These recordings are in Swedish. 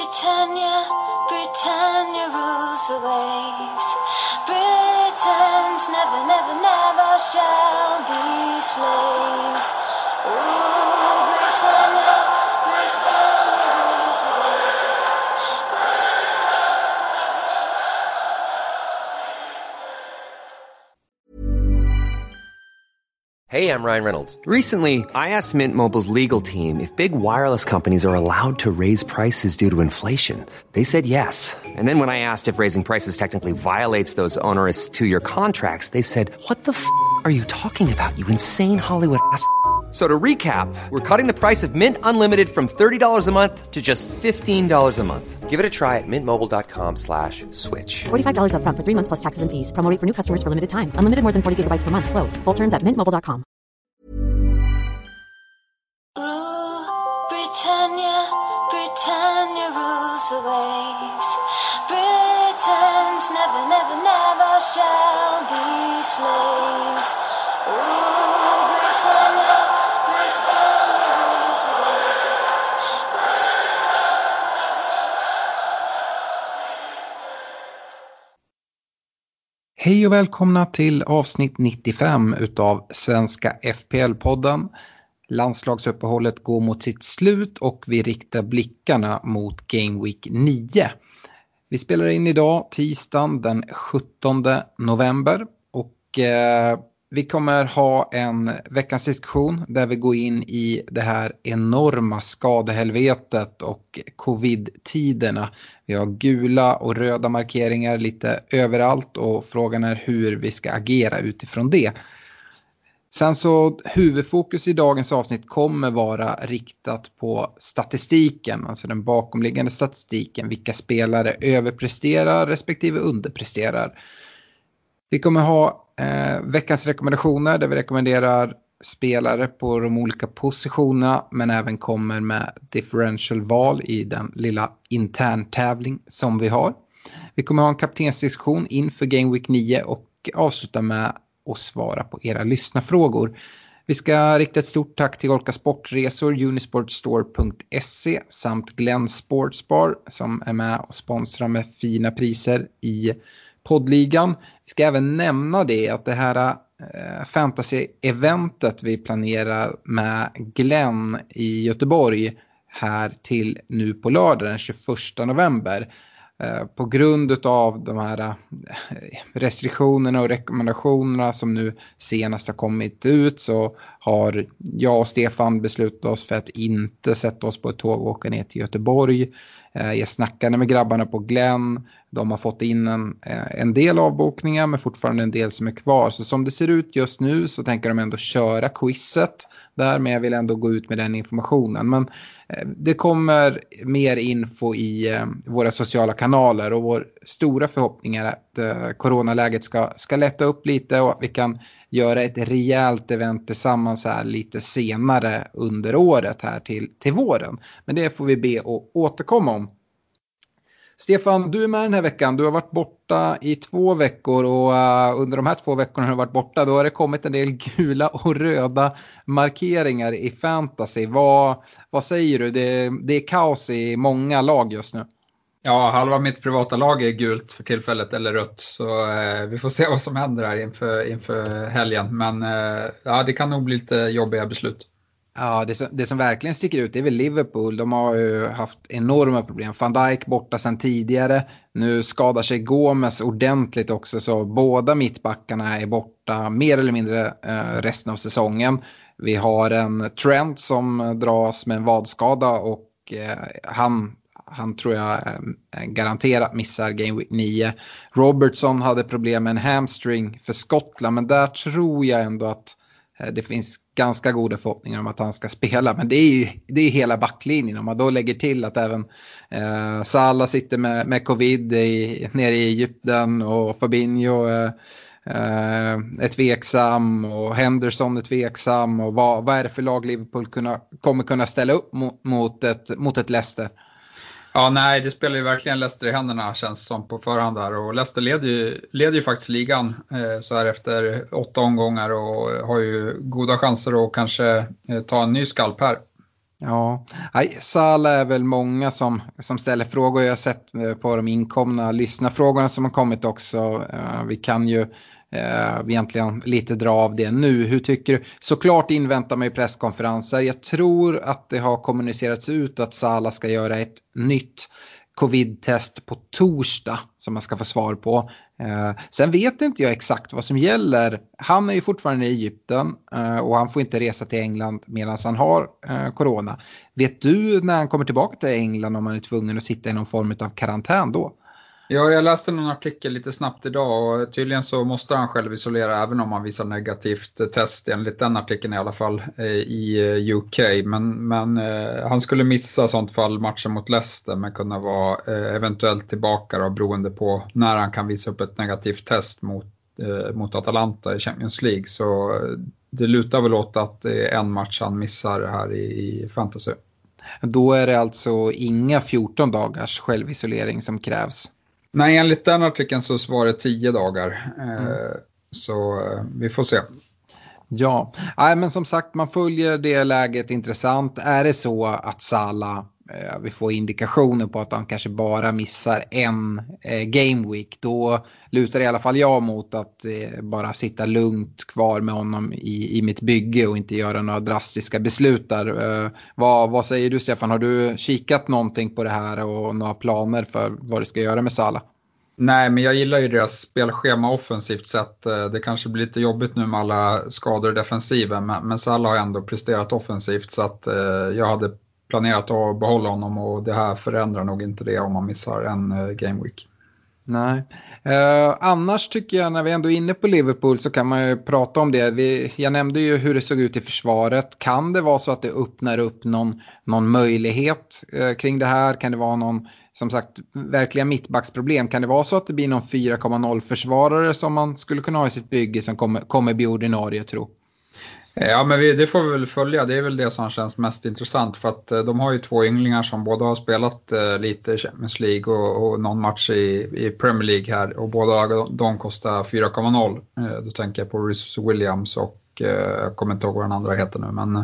Britannia, Britannia rules the waves. Britons never, never, never shall be slaves. Oh, Britannia, Britannia rules the waves. Hey, I'm Ryan Reynolds. Recently, I asked Mint Mobile's legal team if big wireless companies are allowed to raise prices due to inflation. They said yes. And then when I asked if raising prices technically violates those onerous two-year contracts, they said, "What the f*** are you talking about, you insane Hollywood ass?" So to recap, we're cutting the price of Mint Unlimited from $30 a month to just $15 a month. Give it a try at mintmobile.com/switch. $45 up front for 3 months plus taxes and fees. Promo rate for new customers for limited time. Unlimited more than 40 gigabytes per month. Slows full terms at mintmobile.com. Britannia, Britannia rules the waves. Britons never, never, never shall be slaves. Oh, Britannia, Britannia rules the waves. Hej och välkomna till avsnitt 95 utav Svenska FPL-podden. Landslagsuppehållet går mot sitt slut och vi riktar blickarna mot Game Week 9. Vi spelar in idag tisdagen den 17 november och vi kommer ha en veckans diskussion där vi går in i det här enorma skadehelvetet och covid-tiderna. Vi har gula och röda markeringar lite överallt och frågan är hur vi ska agera utifrån det. Sen så huvudfokus i dagens avsnitt kommer vara riktat på statistiken, alltså den bakomliggande statistiken, vilka spelare överpresterar respektive underpresterar. Vi kommer ha veckans rekommendationer där vi rekommenderar spelare på de olika positionerna men även kommer med differential-val i den lilla intern-tävling som vi har. Vi kommer ha en kaptensdiskussion inför Game Week 9 och avsluta med att svara på era lyssnarfrågor. Vi ska rikta ett stort tack till Orka Sportresor, Unisportstore.se samt Glenn Sportsbar som är med och sponsrar med fina priser i poddligan. Vi ska även nämna det att det här fantasy-eventet vi planerar med Glenn i Göteborg här till nu på lördag den 21 november. På grund av de här restriktionerna och rekommendationerna som nu senast har kommit ut så har jag och Stefan beslutat oss för att inte sätta oss på ett tåg och åka ner till Göteborg. Jag snackade med grabbarna på Glenn. De har fått in en del avbokningar men fortfarande en del som är kvar. Så som det ser ut just nu så tänker de ändå köra quizet där, men jag vill ändå gå ut med den informationen. Men det kommer mer info i våra sociala kanaler och vår stora förhoppning är att coronaläget ska lätta upp lite och att vi kan göra ett rejält event tillsammans här lite senare under året här till våren. Men det får vi be att återkomma om. Stefan, du är med den här veckan. Du har varit borta i 2 veckor och under de här 2 veckorna har du varit borta. Då har det kommit en del gula och röda markeringar i fantasy. Vad säger du? Det är kaos i många lag just nu. Ja, halva mitt privata lag är gult för tillfället eller rött. Så vi får se vad som händer här inför helgen. Men ja, det kan nog bli lite jobbiga beslut. Ja, det som verkligen sticker ut är väl Liverpool. De har ju haft enorma problem. Van Dijk borta sedan tidigare. Nu skadar sig Gomes ordentligt också. Så båda mittbackarna är borta mer eller mindre resten av säsongen. Vi har en Trent som dras med en vadskada och han tror jag garanterat missar Game Week 9. Robertson hade problem med en hamstring för Skottland, men där tror jag ändå att det finns ganska goda förhoppningar om att han ska spela. Men det är hela backlinjen. Om man då lägger till att även Salah sitter med covid nere i Egypten och Fabinho är tveksam och Henderson är tveksam. Och vad är det för lag Liverpool kommer kunna ställa upp mot ett Leicester? Ja, nej, det spelar ju verkligen Leicester i händerna känns som på förhand där. Och Leicester leder ju faktiskt ligan så här efter 8 omgångar och har ju goda chanser att kanske ta en ny skalp här. Ja, Salah är väl många som ställer frågor. Jag har sett på de inkomna lyssnarfrågorna som har kommit också. Vi kan ju egentligen lite dra av det nu. Hur tycker du? Såklart inväntar man ju presskonferenser. Jag tror att det har kommunicerats ut att Salah ska göra ett nytt covid-test på torsdag som man ska få svar på. Sen vet inte jag exakt vad som gäller. Han är ju fortfarande i Egypten och han får inte resa till England medan han har corona. Vet du när han kommer tillbaka till England om han är tvungen att sitta i någon form av karantän då? Ja, jag läste någon artikel lite snabbt idag och tydligen så måste han själv isolera även om han visar negativt test enligt den artikeln i alla fall i UK. Men han skulle missa sånt fall matchen mot Leicester men kunna vara eventuellt tillbaka då, beroende på när han kan visa upp ett negativt test mot Atalanta i Champions League. Så det lutar väl åt att det är en match han missar här i Fantasy. Då är det alltså inga 14 dagars självisolering som krävs. Nej, enligt den artikeln så var det 10 dagar. Så vi får se. Ja, men som sagt man följer det läget intressant. Är det så att Salah, vi får indikationer på att han kanske bara missar en game week, då lutar i alla fall jag mot att bara sitta lugnt kvar med honom i mitt bygge och inte göra några drastiska beslut där. Vad säger du, Stefan? Har du kikat någonting på det här och några planer för vad du ska göra med Salah? Nej, men jag gillar ju deras spelschema offensivt sett. Det kanske blir lite jobbigt nu med alla skador i defensiven, men Salah har ändå presterat offensivt så att jag hade planerat att behålla honom och det här förändrar nog inte det om man missar en game week. Nej. Annars tycker jag när vi ändå är inne på Liverpool så kan man ju prata om det. Jag nämnde ju hur det såg ut i försvaret. Kan det vara så att det öppnar upp någon möjlighet kring det här? Kan det vara någon, som sagt, verkliga mittbacksproblem? Kan det vara så att det blir någon 4,0 försvarare som man skulle kunna ha i sitt bygge som kommer bli ordinarie, tro? Ja, men det får vi väl följa. Det är väl det som känns mest intressant för att de har ju 2 ynglingar som båda har spelat lite i Champions League och någon match i Premier League här och båda de kostar 4,0. Då tänker jag på Rhys Williams och jag kommer inte ihåg vad den andra heter nu, men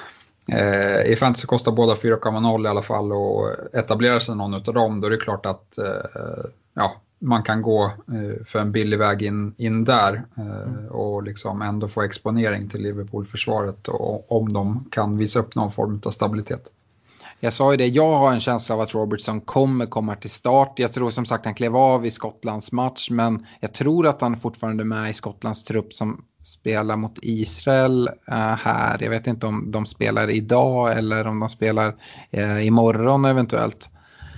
i fantasy kostar båda 4,0 i alla fall och etablerar sig någon av dem, då är det klart att man kan gå för en billig väg in där och liksom ändå få exponering till Liverpool-försvaret och om de kan visa upp någon form av stabilitet. Jag sa ju det, jag har en känsla av att Robertson kommer komma till start. Jag tror som sagt han klev av i Skottlands match, men jag tror att han fortfarande är med i Skottlands trupp som spelar mot Israel här. Jag vet inte om de spelar idag eller om de spelar imorgon eventuellt.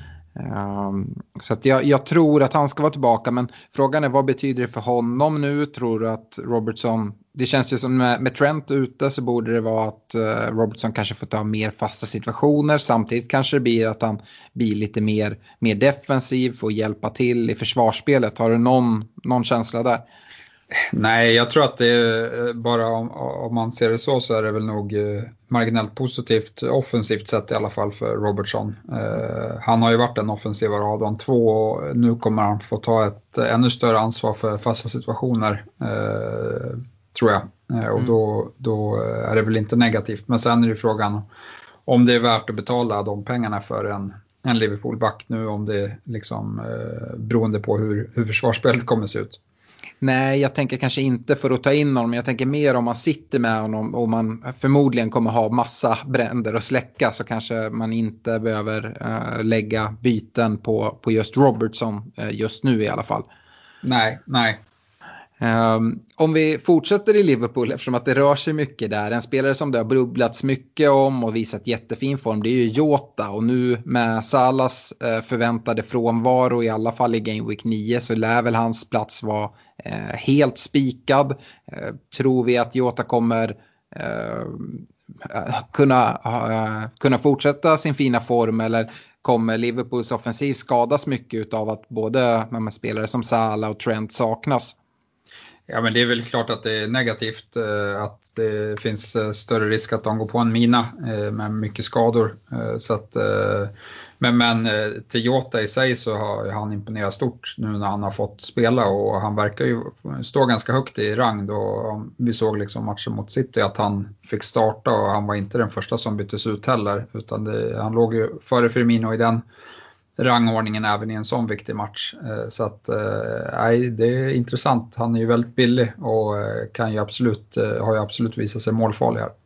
Så att jag tror att han ska vara tillbaka, men frågan är vad betyder det för honom nu? Tror du att Robertson, det känns ju som med Trent ute så borde det vara att Robertson kanske får ta mer fasta situationer, samtidigt kanske det blir att han blir lite mer defensiv, får hjälpa till i försvarsspelet. Har du någon känsla där? Nej, jag tror att det är bara om man ser det så är det väl nog marginellt positivt offensivt sett i alla fall för Robertson. Han har ju varit en offensivare av de 2 och nu kommer han få ta ett ännu större ansvar för fasta situationer tror jag. Och då är det väl inte negativt. Men sen är det frågan om det är värt att betala de pengarna för en Liverpool-back nu, om det liksom beroende på hur försvarsspelet kommer se ut. Nej, jag tänker kanske inte för att ta in honom. Jag tänker mer om man sitter med honom och man förmodligen kommer ha massa bränder att släcka, så kanske man inte behöver lägga byten på just Robertson just nu i alla fall. Nej. Om vi fortsätter i Liverpool, eftersom att det rör sig mycket där. En spelare som det har brubblats mycket om och visat jättefin form, det är ju Jota. Och nu med Salahs förväntade frånvaro i alla fall i Game Week 9 så lär väl hans plats vara helt spikad. Tror vi att Jota kommer kunna fortsätta sin fina form, eller kommer Liverpools offensiv skadas mycket av att både spelare som Salah och Trent saknas? Ja, men det är väl klart att det är negativt att det finns större risk att de går på en mina med mycket skador. Så att Men till Jota i sig så har han imponerat stort nu när han har fått spela, och han verkar ju stå ganska högt i rang då. Vi såg liksom matchen mot City att han fick starta, och han var inte den första som byttes ut heller, utan han låg ju före Firmino i den rangordningen även i en sån viktig match. Så att det är intressant. Han är ju väldigt billig och har ju absolut visat sig målfarlig här.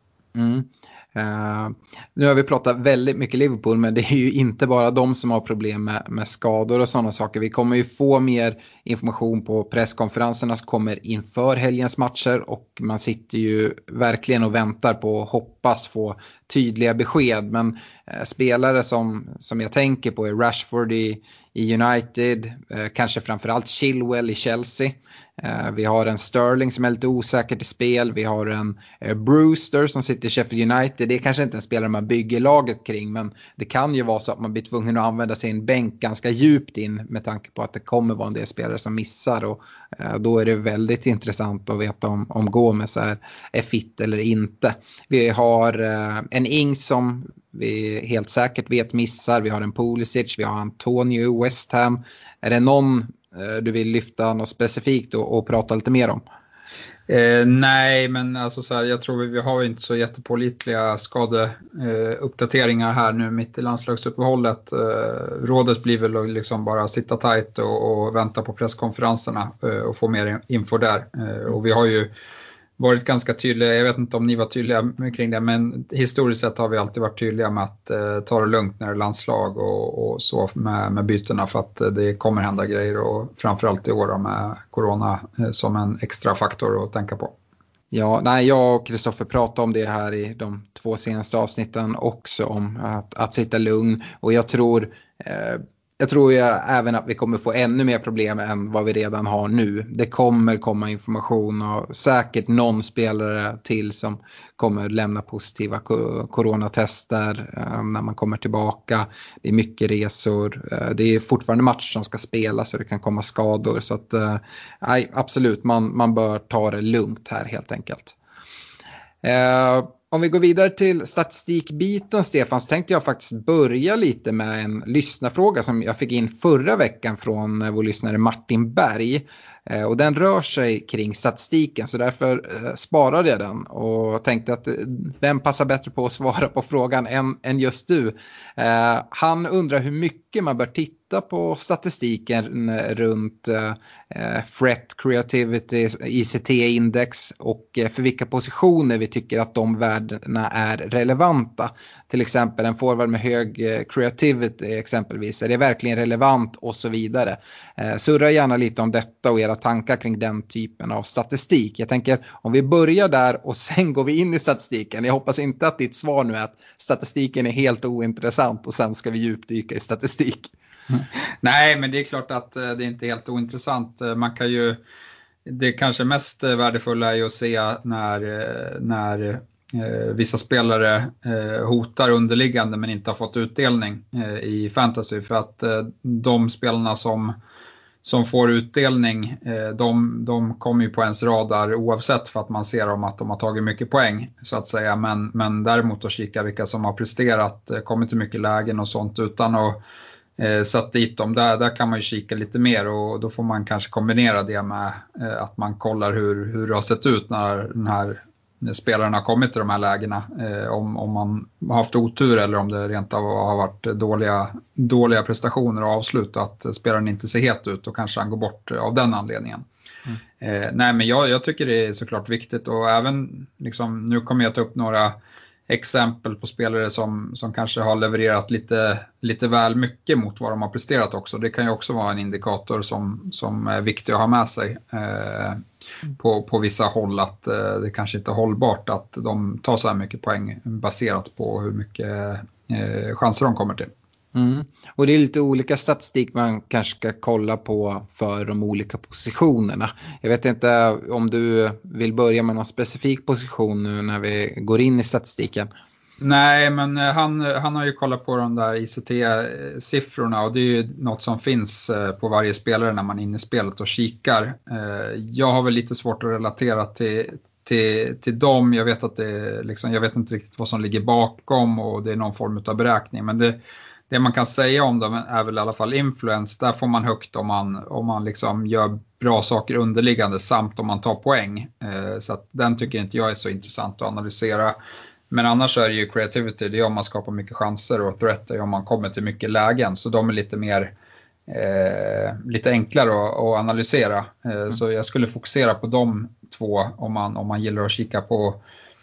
Nu har vi pratat väldigt mycket Liverpool, men det är ju inte bara de som har problem med skador och sådana saker. Vi kommer ju få mer information på presskonferenserna som kommer inför helgens matcher, och man sitter ju verkligen och väntar på att hoppas få tydliga besked. Men spelare som jag tänker på är Rashford i United, kanske framförallt Chilwell i Chelsea. Vi har en Sterling som är lite osäker till spel. Vi har en Brewster som sitter i Sheffield United. Det är kanske inte en spelare man bygger laget kring, men det kan ju vara så att man blir tvungen att använda sin bänk ganska djupt in med tanke på att det kommer vara en del spelare som missar, och då är det väldigt intressant att veta om Gomez är fit eller inte. Vi har en Ings som vi helt säkert vet missar. Vi har en Pulisic, vi har Antonio i West Ham. Är det någon du vill lyfta något specifikt och prata lite mer om? Nej, men alltså så här, jag tror vi har inte så jättepålitliga skadeuppdateringar här nu mitt i landslagsuppehållet. Rådet blir väl att liksom bara sitta tajt och vänta på presskonferenserna och få mer info där. Och vi har ju varit ganska tydliga, jag vet inte om ni var tydliga kring det, men historiskt sett har vi alltid varit tydliga med att ta det lugnt när det är landslag och så med bytena, för att det kommer hända grejer, och framförallt i år med corona som en extra faktor att tänka på. Ja, nej, jag och Kristoffer pratade om det här i de 2 senaste avsnitten också, om att sitta lugn, och jag tror även att vi kommer få ännu mer problem än vad vi redan har nu. Det kommer komma information, och säkert någon spelare till som kommer lämna positiva coronatester när man kommer tillbaka. Det är mycket resor. Det är fortfarande matcher som ska spelas, så det kan komma skador. Så att, absolut, man bör ta det lugnt här helt enkelt. Om vi går vidare till statistikbiten, Stefan, så tänkte jag faktiskt börja lite med en lyssnarfråga som jag fick in förra veckan från vår lyssnare Martin Berg. Och den rör sig kring statistiken, så därför sparade jag den och tänkte att vem passar bättre på att svara på frågan än just du. Han undrar hur mycket man bör titta på statistiken runt threat, creativity, ICT-index, och för vilka positioner vi tycker att de värdena är relevanta. Till exempel en forward med hög creativity exempelvis, är det verkligen relevant och så vidare. Surra gärna lite om detta och era tankar kring den typen av statistik. Jag tänker om vi börjar där och sen går vi in i statistiken. Jag hoppas inte att ditt svar nu är att statistiken är helt ointressant och sen ska vi djupdyka i statistik. Nej, men det är klart att det är inte helt ointressant. Man kan ju, det kanske mest värdefulla är ju att se när vissa spelare hotar underliggande men inte har fått utdelning i fantasy, för att de spelarna som får utdelning, de kommer ju på ens radar oavsett, för att man ser om att de har tagit mycket poäng så att säga, men däremot att kika vilka som har presterat, kommit till mycket lägen och sånt utan att satt dit dem, där kan man ju kika lite mer, och då får man kanske kombinera det med att man kollar hur det har sett ut när spelarna har kommit till de här lägena, om man har haft otur eller om det rent av har varit dåliga prestationer och avslut, att spelaren inte ser het ut och kanske han går bort av den anledningen. Nej, men jag tycker det är såklart viktigt, och även liksom, nu kommer jag ta upp några exempel på spelare som kanske har levererat lite väl mycket mot vad de har presterat också. Det kan ju också vara en indikator som är viktig att ha med sig på vissa håll, att det kanske inte är hållbart att de tar så här mycket poäng baserat på hur mycket chanser de kommer till. Och det är lite olika statistik man kanske ska kolla på för de olika positionerna. Jag vet inte om du vill börja med någon specifik position nu när vi går in i statistiken. Nej, men han har ju kollat på de där ICT-siffrorna, och det är ju något som finns på varje spelare när man är inne i spelet och kikar. Jag har väl lite svårt att relatera till dem. Jag vet att jag vet inte riktigt vad som ligger bakom, och det är någon form av beräkning, men det det man kan säga om dem är väl i alla fall influence. Där får man högt om man liksom gör bra saker underliggande samt om man tar poäng. Så att den tycker inte jag är så intressant att analysera. Men annars är det ju creativity, det är om man skapar mycket chanser, och threat är om man kommer till mycket lägen. Så de är lite enklare att analysera. Så jag skulle fokusera på de två om man gillar att kika på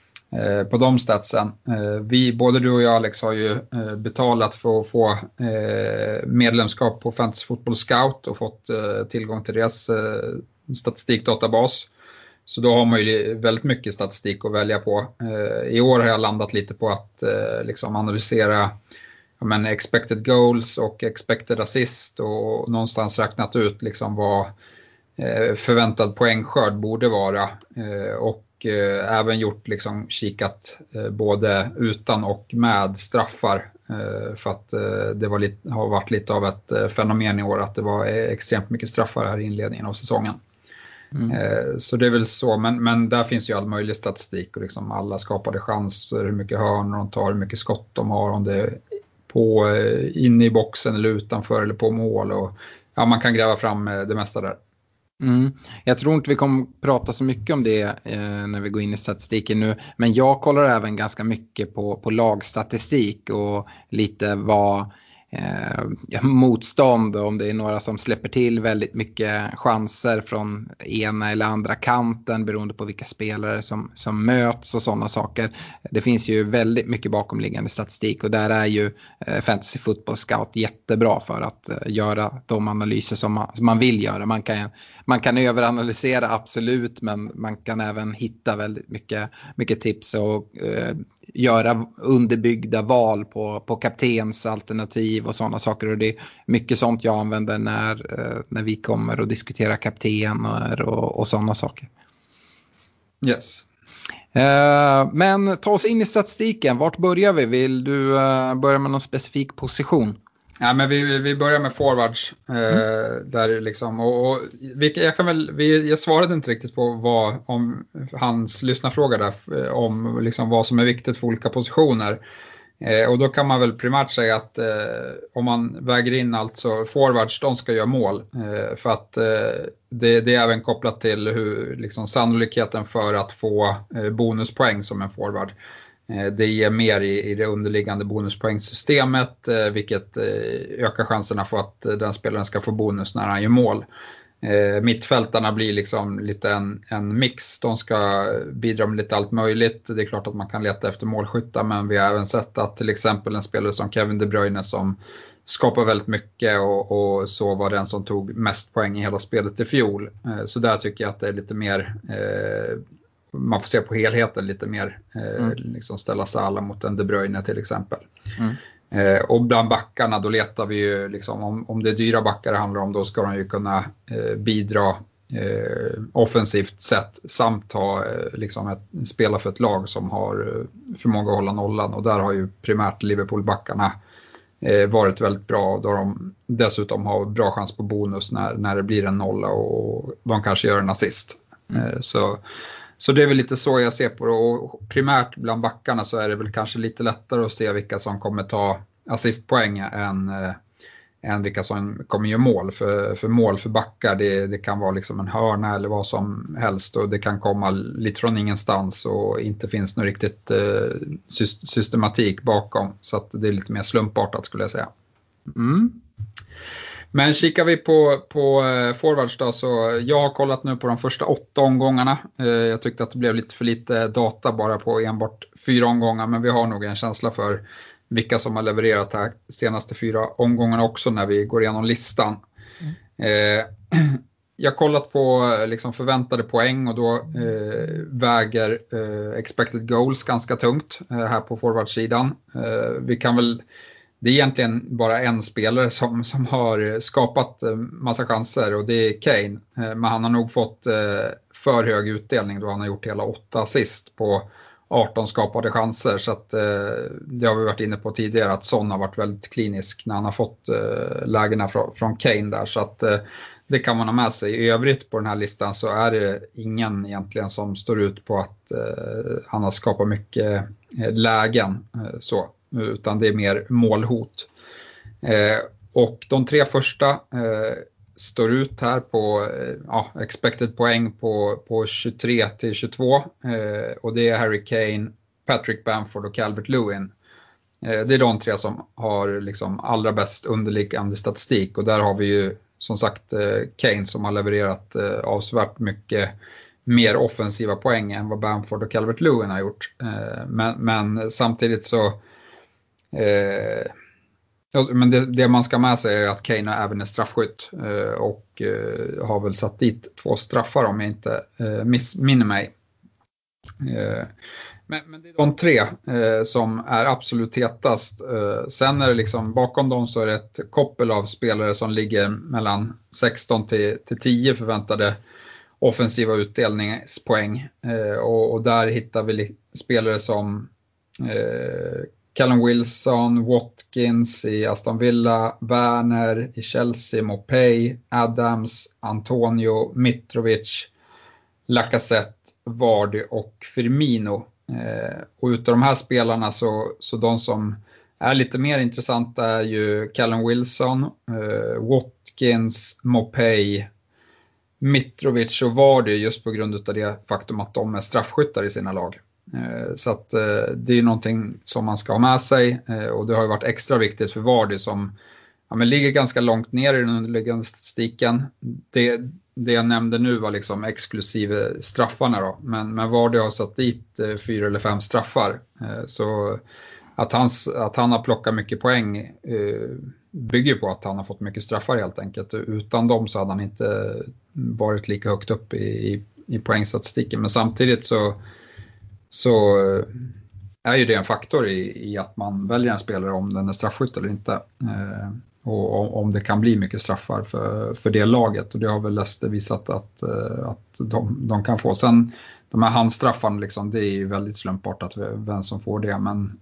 de statsen. Både du och jag, Alex, har ju betalat för att få medlemskap på Fantasy Football Scout och fått tillgång till deras statistikdatabas. Så då har man ju väldigt mycket statistik att välja på. I år har jag landat lite på att liksom analysera expected goals och expected assist, och någonstans räknat ut liksom vad förväntad poängskörd borde vara, och även gjort liksom kikat både utan och med straffar, för att det har varit lite av ett fenomen i år att det var extremt mycket straffar här i inledningen av säsongen. Så det är väl så, men där finns ju all möjlig statistik, och liksom alla skapade chanser, hur mycket hörn de tar, hur mycket skott de har, om det är inne i boxen eller utanför eller på mål, och ja, man kan gräva fram det mesta där. Jag tror inte vi kommer prata så mycket om det när vi går in i statistiken nu, men jag kollar även ganska mycket på lagstatistik och lite vad motstånd, om det är några som släpper till väldigt mycket chanser från ena eller andra kanten beroende på vilka spelare som möts och sådana saker. Det finns ju väldigt mycket bakomliggande statistik, och där är ju Fantasy Football Scout jättebra för att göra de analyser som man vill göra. Man kan överanalysera, absolut, men man kan även hitta väldigt mycket tips och göra underbyggda val på kaptens alternativ och sådana saker, och det är mycket sånt jag använder när vi kommer och diskuterar kaptener och sådana saker. Yes. Men ta oss in i statistiken. Vart börjar vi? Vill du börja med någon specifik position? Ja, men vi börjar med forwards. Där liksom, och jag svarade inte riktigt på om hans lyssnarfråga där, om liksom vad som är viktigt för olika positioner. Och då kan man väl primärt säga att om man väger in alltså forwards, de ska göra mål. För att det är även kopplat till hur liksom sannolikheten för att få bonuspoäng som en forward. Det ger mer i det underliggande bonuspoängsystemet, vilket ökar chanserna för att den spelaren ska få bonus när han gör mål. Mittfältarna blir liksom lite en mix. De ska bidra med lite allt möjligt. Det är klart att man kan leta efter målskyttar, men vi har även sett att till exempel en spelare som Kevin De Bruyne, som skapar väldigt mycket och så var den som tog mest poäng i hela spelet i fjol. Så där tycker jag att det är lite mer... man får se på helheten lite mer, liksom ställa Salah mot en De Bruyne till exempel. Och bland backarna då letar vi ju liksom, om det är dyra backar det handlar om, då ska de ju kunna bidra offensivt sett samt ha liksom spela för ett lag som har förmåga att hålla nollan, och där har ju primärt Liverpool-backarna varit väldigt bra, då de dessutom har bra chans på bonus när det blir en nolla och de kanske gör en assist. Så det är väl lite så jag ser på det, och primärt bland backarna så är det väl kanske lite lättare att se vilka som kommer ta assistpoäng än vilka som kommer göra mål. För mål för backar, det kan vara liksom en hörna eller vad som helst, och det kan komma lite från ingenstans och inte finns någon riktigt systematik bakom, så att det är lite mer slumpartat skulle jag säga. Men kikar vi på forwards då, så jag har kollat nu på de första 8 omgångarna. Jag tyckte att det blev lite för lite data bara på enbart 4 omgångar, men vi har nog en känsla för vilka som har levererat här senaste 4 omgångarna också när vi går igenom listan. Jag har kollat på liksom förväntade poäng, och då väger expected goals ganska tungt här på forwardsidan. Vi kan väl... Det är egentligen bara en spelare som har skapat massa chanser, och det är Kane. Men han har nog fått för hög utdelning då han har gjort hela 8 assist på 18 skapade chanser. Så att, det har vi varit inne på tidigare, att Son har varit väldigt klinisk när han har fått lägena från Kane där. Så att det kan man ha med sig. I övrigt på den här listan så är det ingen egentligen som står ut på att han har skapat mycket lägen så. Utan det är mer målhot. Och de 3 första står ut här på expected poäng på 23-22. Och det är Harry Kane, Patrick Bamford och Calvert-Lewin. Det är de 3 som har liksom allra bäst underliggande statistik. Och där har vi ju som sagt Kane som har levererat avsevärt mycket mer offensiva poäng än vad Bamford och Calvert-Lewin har gjort. Men samtidigt så... Men det man ska med sig är att Kane även är straffskytt och har väl satt dit 2 straffar om jag inte missminner mig. Men det är de 3 som är absolut hetast. Sen är det liksom, bakom dem så är det ett koppel av spelare som ligger mellan 16 till 10 förväntade offensiva utdelningspoäng. Och där hittar vi spelare som Callum Wilson, Watkins i Aston Villa, Werner i Chelsea, Mopay, Adams, Antonio, Mitrovic, Lacazette, Vardy och Firmino. Och utav de här spelarna så de som är lite mer intressanta är ju Callum Wilson, Watkins, Mopay, Mitrovic och Vardy just på grund av det faktum att de är straffskyttar i sina lag. Så att det är någonting som man ska ha med sig och det har ju varit extra viktigt för Vardy som ligger ganska långt ner i den underliggande statistiken. Det jag nämnde nu var liksom exklusive straffarna då, men Vardy har satt dit 4 eller 5 straffar. Så att han har plockat mycket poäng bygger på att han har fått mycket straffar helt enkelt. Utan dem så hade han inte varit lika högt upp i poängstatistiken. Men samtidigt så är ju det en faktor i att man väljer en spelare om den är straffskytt eller inte. Och om det kan bli mycket straffar för det laget. Och det har väl Leicester visat att de kan få. Sen de här handstraffarna liksom, det är ju väldigt slumpartat vem som får det. Men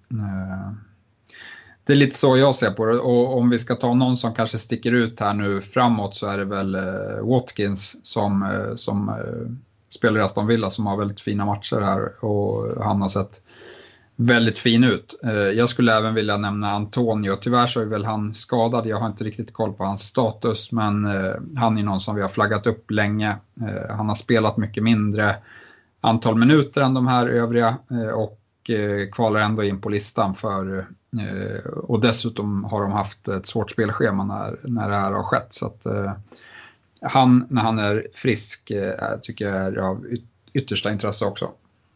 det är lite så jag ser på det. Och om vi ska ta någon som kanske sticker ut här nu framåt så är det väl Watkins som spelar i Aston Villa som har väldigt fina matcher här. Och han har sett väldigt fin ut. Jag skulle även vilja nämna Antonio. Tyvärr så är väl han skadad. Jag har inte riktigt koll på hans status. Men han är någon som vi har flaggat upp länge. Han har spelat mycket mindre antal minuter än de här övriga. Och kvalar ändå in på listan för... Och dessutom har de haft ett svårt spelschema när det här har skett. Så att när han är frisk tycker jag är av yttersta intresse också.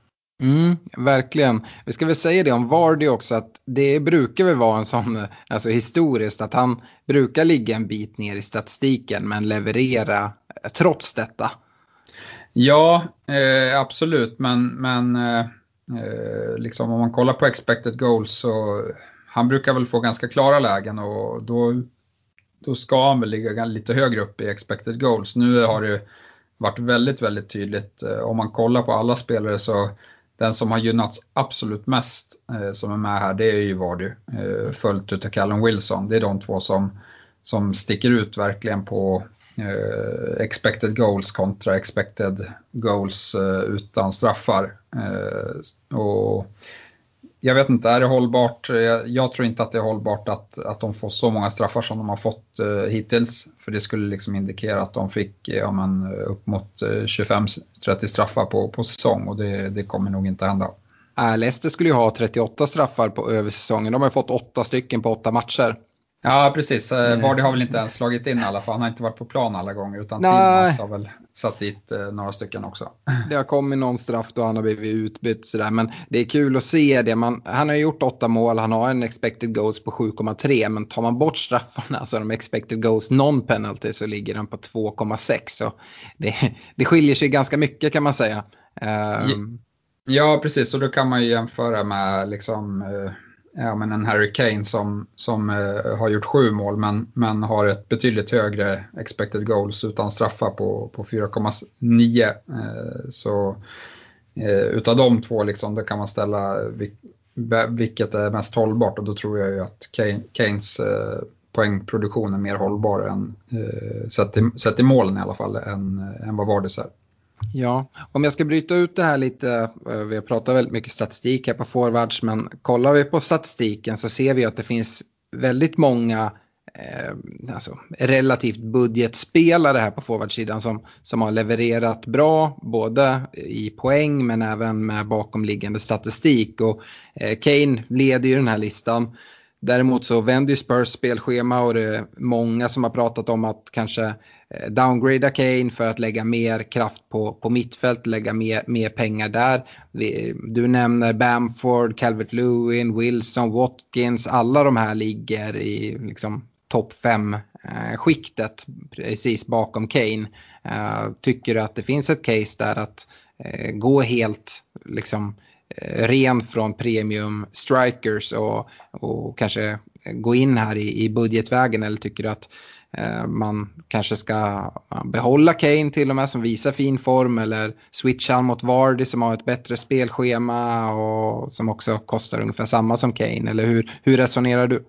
Verkligen. Vi ska väl säga det om Vardy också att det brukar väl vara en sån, alltså historiskt att han brukar ligga en bit ner i statistiken men leverera trots detta. Ja, absolut. Men liksom om man kollar på expected goals så han brukar väl få ganska klara lägen och då ska han väl ligga lite högre upp i expected goals. Nu har det varit väldigt, väldigt tydligt. Om man kollar på alla spelare så den som har gynnats absolut mest som är med här, det är ju Vardy. Följt utav Callum Wilson. Det är de 2 som sticker ut verkligen på expected goals kontra expected goals utan straffar. Och jag vet inte, är det hållbart? Jag tror inte att det är hållbart att de får så många straffar som de har fått hittills. För det skulle liksom indikera att de fick upp mot 25-30 straffar på säsong. Och det kommer nog inte hända. Leicester skulle ju ha 38 straffar på översäsongen. De har fått 8 stycken på 8 matcher. Ja, precis. Vardy har väl inte ens slagit in i alla fall. Han har inte varit på plan alla gånger. Utan Timmans har väl satt dit några stycken också. Det har kommit någon straff då han har blivit utbytt. Sådär. Men det är kul att se det. Han har gjort 8 mål. Han har en expected goals på 7,3. Men tar man bort straffarna, alltså de expected goals non-penalty, så ligger den på 2,6. Så det skiljer sig ganska mycket kan man säga. Ja, precis. Och då kan man ju jämföra med liksom... men en Harry Kane som har gjort 7 mål men har ett betydligt högre expected goals utan straffar på 4,9. Så utav de 2 liksom, då kan man ställa vilket är mest hållbart och då tror jag ju att Kanes poängproduktion är mer hållbar än sett i målen i alla fall än vad Vardy är. Ja, om jag ska bryta ut det här lite, vi har pratat väldigt mycket statistik här på forwards, men kollar vi på statistiken så ser vi att det finns väldigt många alltså relativt budgetspelare här på forwardsidan som har levererat bra både i poäng men även med bakomliggande statistik, och Kane leder ju den här listan. Däremot så vänder ju Spurs spelschema, och det är många som har pratat om att kanske downgrada Kane för att lägga mer kraft på mittfält, lägga mer pengar där. Du nämner Bamford, Calvert-Lewin, Wilson, Watkins, alla de här ligger i liksom topp 5-skiktet precis bakom Kane. Tycker du att det finns ett case där att gå helt liksom ren från premium strikers och kanske gå in här i budgetvägen, eller tycker du att man kanske ska behålla Kane till och med som visar fin form, eller switcha mot Vardy som har ett bättre spelschema och som också kostar ungefär samma som Kane, eller hur resonerar du?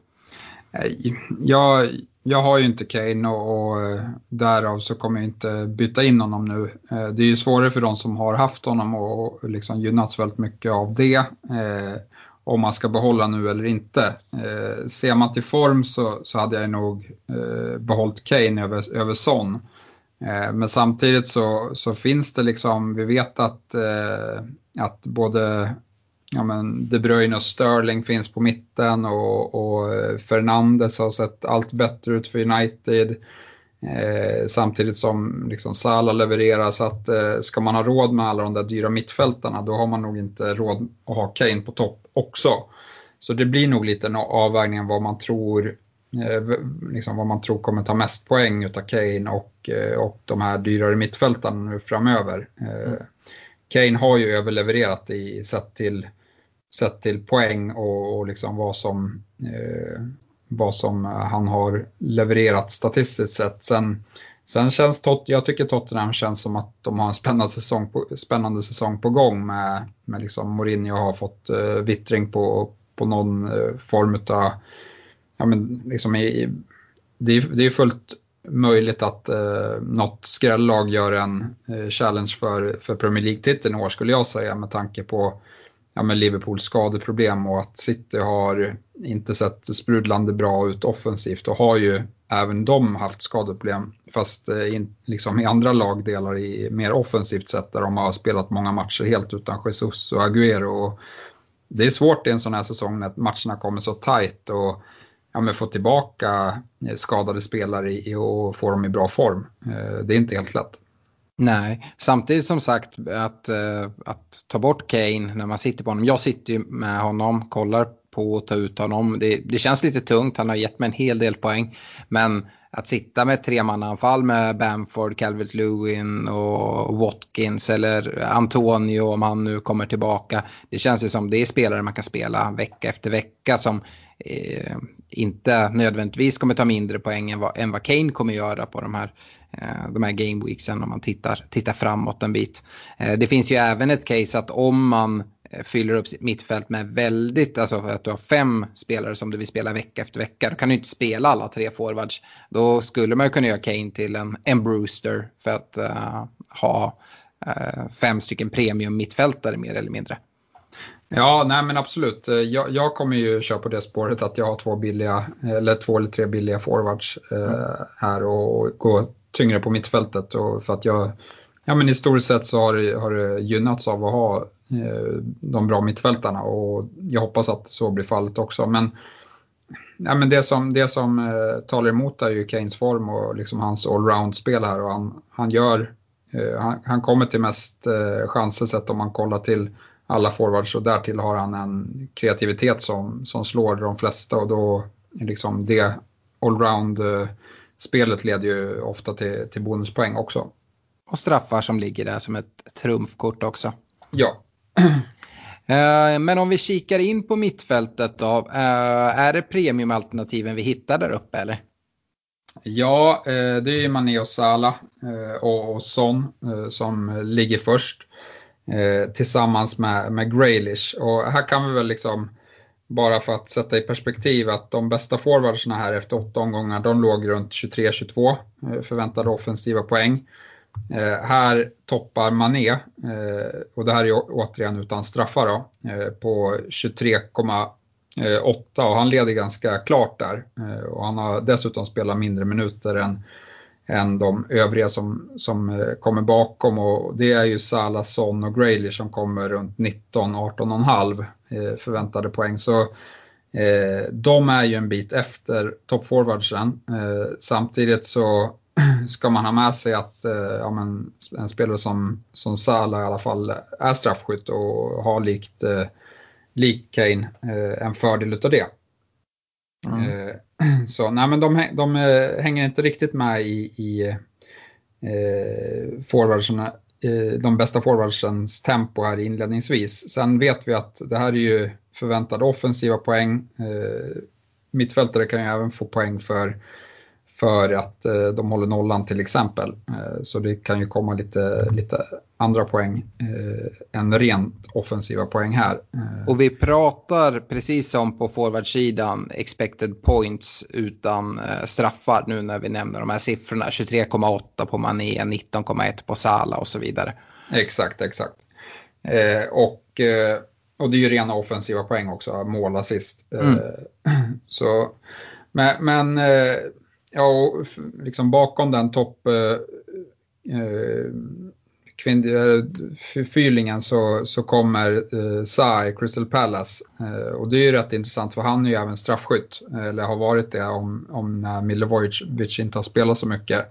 Jag har ju inte Kane och därav så kommer jag inte byta in honom nu. Det är ju svårare för de som har haft honom och liksom gynnats väldigt mycket av det. Om man ska behålla nu eller inte. Ser man till form så hade jag nog behållit Kane över Son. Men samtidigt så finns det liksom, vi vet att både De Bruyne och Sterling finns på mitten, och Fernandes har sett allt bättre ut för United. Samtidigt som liksom Salah levererar, så att ska man ha råd med alla de där dyra mittfältarna, då har man nog inte råd att ha Kane på topp också. Så det blir nog lite en avvägning vad man tror kommer ta mest poäng utav Kane och de här dyrare mittfältarna nu framöver. Kane har ju överlevererat i sett till poäng och liksom vad som han har levererat statistiskt sett. Sen känns jag tycker Tottenham känns som att de har en spännande säsong på gång med liksom Mourinho har fått vittring på någon form av liksom det är fullt möjligt att något skrällag gör en challenge för Premier League-titeln i år, skulle jag säga, med tanke på Liverpools skadeproblem och att City har inte sett sprudlande bra ut offensivt, och har ju även de haft skadeproblem, fast liksom i andra lagdelar i mer offensivt sätt, där de har spelat många matcher helt utan Jesus och Aguero. Och det är svårt i en sån här säsong när matcherna kommer så tajt och få tillbaka skadade spelare och få dem i bra form. Det är inte helt lätt. Nej, samtidigt som sagt att ta bort Kane när man sitter på honom. Jag sitter ju med honom, kollar på att ta ut honom. Det känns lite tungt, han har gett mig en hel del poäng. Men att sitta med tremannaanfall med Bamford, Calvert-Lewin och Watkins eller Antonio om han nu kommer tillbaka. Det känns ju som det är spelare man kan spela vecka efter vecka som inte nödvändigtvis kommer ta mindre poäng än vad Kane kommer göra på de här game weeksen om man tittar framåt en bit. Det finns ju även ett case att om man fyller upp sitt mittfält med väldigt, alltså att du har 5 spelare som du vill spela vecka efter vecka, då kan du inte spela alla 3 forwards. Då skulle man ju kunna göra Kane till en Brewster för att ha 5 stycken premium mittfältare mer eller mindre. Ja, nej men absolut. Jag kommer ju köra på det spåret att jag har 2 eller 3 billiga forwards här och gå tyngre på mittfältet, och för att men i stort sett så har det gynnats av att ha de bra mittfältarna, och jag hoppas att så blir fallet också. Men det som talar emot är ju Kanes form och liksom hans allround-spel här, och han kommer till mest chanser sett om man kollar till alla forwards, och därtill har han en kreativitet som slår de flesta, och då liksom det allround-spelet leder ju ofta till bonuspoäng också. Och straffar som ligger där som ett trumfkort också. Ja. Men om vi kikar in på mittfältet då, är det premiumalternativen vi hittar där uppe eller? Ja, det är ju Mané och Salah och Son som ligger först tillsammans med Grealish. Och här kan vi väl liksom, bara för att sätta i perspektiv, att de bästa forwardsna här efter 8 omgångar, de låg runt 23-22 förväntade offensiva poäng. Här toppar Mané, och det här är återigen utan straffar då, på 23,8 8 och han leder ganska klart där. Och han har dessutom spelat mindre minuter än de övriga som kommer bakom, och det är ju Salah, Son och Grealish som kommer runt 18,5 förväntade poäng. Så de är ju en bit efter toppforwardsen. Samtidigt så ska man ha med sig att en spelare som Salah i alla fall är straffskytt och har likt Kane en fördel utav det. Så nej, men de hänger inte riktigt med i forwardsarna, de bästa forwardsens tempo här inledningsvis. Sen vet vi att det här är ju förväntade offensiva poäng. Mittfältare kan ju även få poäng för att de håller nollan till exempel. Så det kan ju komma lite andra poäng än rent offensiva poäng här. Och vi pratar precis som på forwardsidan expected points utan straffar nu när vi nämner de här siffrorna. 23,8 på Mané, 19,1 på Salah och så vidare. Exakt. Och det är ju rena offensiva poäng också, målassist. Så, men ja, liksom bakom den fyrlingen så kommer Sa, Crystal Palace, och det är ju rätt intressant för han är ju även straffskytt, eller har varit det om när Milivojevic inte har spelat så mycket,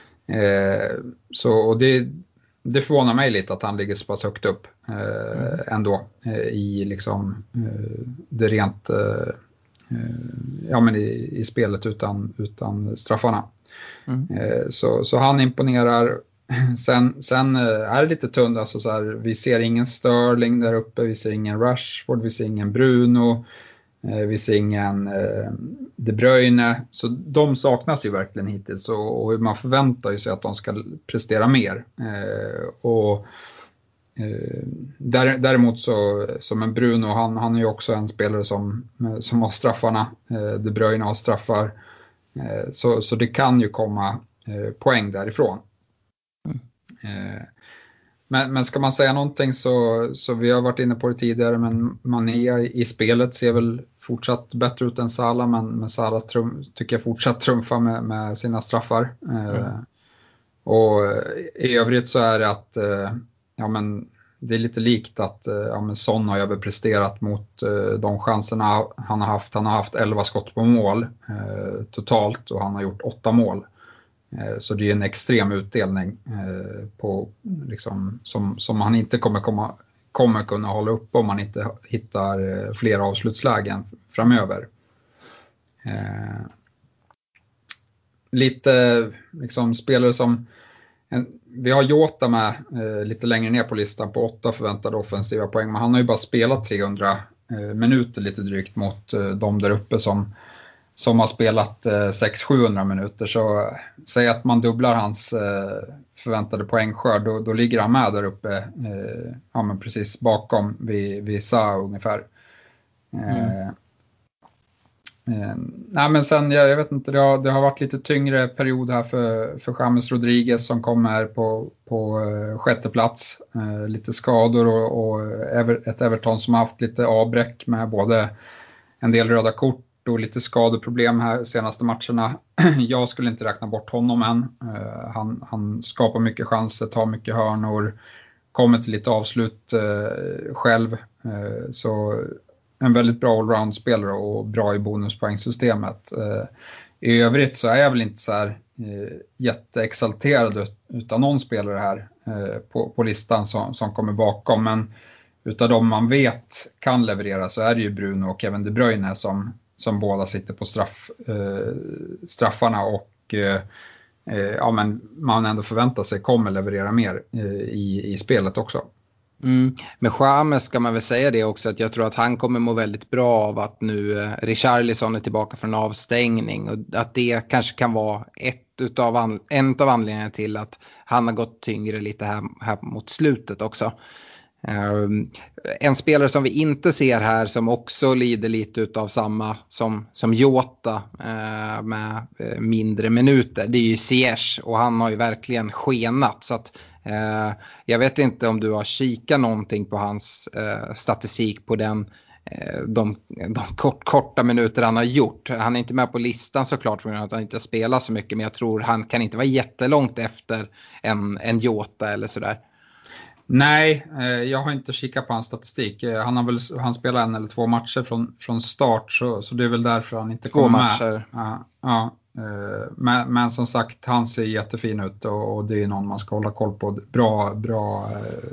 och det förvånar mig lite att han ligger så pass högt upp ändå i liksom det rent i spelet utan straffarna. Så han imponerar. Sen är det lite tunt, alltså så här, vi ser ingen Sterling där uppe, vi ser ingen Rashford, vi ser ingen Bruno, vi ser ingen De Bruyne, så de saknas ju verkligen hittills, och man förväntar ju sig att de ska prestera mer. Däremot så som en Bruno, han är ju också en spelare som har straffarna. De Bruyne har straffar, så det kan ju komma poäng därifrån. Men ska man säga någonting så vi har varit inne på det tidigare, men Mané i spelet ser väl fortsatt bättre ut än Salah, men Salah tycker jag fortsatt trumfa med sina straffar. Och i övrigt så är det att det är lite likt att Son har överpresterat mot de chanserna han har haft. Han har haft 11 skott på mål totalt, och han har gjort 8 mål. Så det är en extrem utdelning på, liksom, som han inte kommer kunna hålla upp om man inte hittar fler avslutslägen framöver. Lite liksom spelare som vi har Jota med lite längre ner på listan på 8 förväntade offensiva poäng, men han har ju bara spelat 300 minuter lite drygt mot de där uppe som har spelat 600-700 minuter. Så säg att man dubblar hans förväntade poängskörd, då ligger han med där uppe, men precis bakom vid Sa ungefär. Nej, men sen jag vet inte, det har varit lite tyngre period här för James Rodriguez som kommer på 6:e plats. Lite skador och ett Everton som har haft lite avbräck med både en del röda kort och lite skadeproblem här senaste matcherna. Jag skulle inte räkna bort honom än. Han skapar mycket chanser, tar mycket hörnor, kommer till lite avslut själv. Så en väldigt bra allround-spelare och bra i bonuspoängsystemet. I övrigt så är jag väl inte så här jätteexalterad utan någon spelare här på listan som kommer bakom. Men utav dem man vet kan leverera så är det ju Bruno och Kevin De Bruyne som båda sitter på straffarna och men man ändå förväntar sig kommer leverera mer i spelet också. Med James ska man väl säga det också, att jag tror att han kommer må väldigt bra av att nu Richarlison är tillbaka från avstängning, och att det kanske kan vara en av anledningarna till att han har gått tyngre lite här mot slutet också. En spelare som vi inte ser här som också lider lite utav samma som Jota med mindre minuter, det är ju Ziyech, och han har ju verkligen skenat, så att jag vet inte om du har kikat någonting på hans statistik på den de korta minuter han har gjort. Han är inte med på listan såklart för att han inte spelar så mycket, men jag tror han kan inte vara jättelångt efter en Jota eller sådär. Nej, jag har inte kikat på hans statistik. Han spelar 1 eller 2 matcher från start, så det är väl därför han inte kommer med. 2 matcher. Ja. Men som sagt, han ser jättefin ut och det är någon man ska hålla koll på. Bra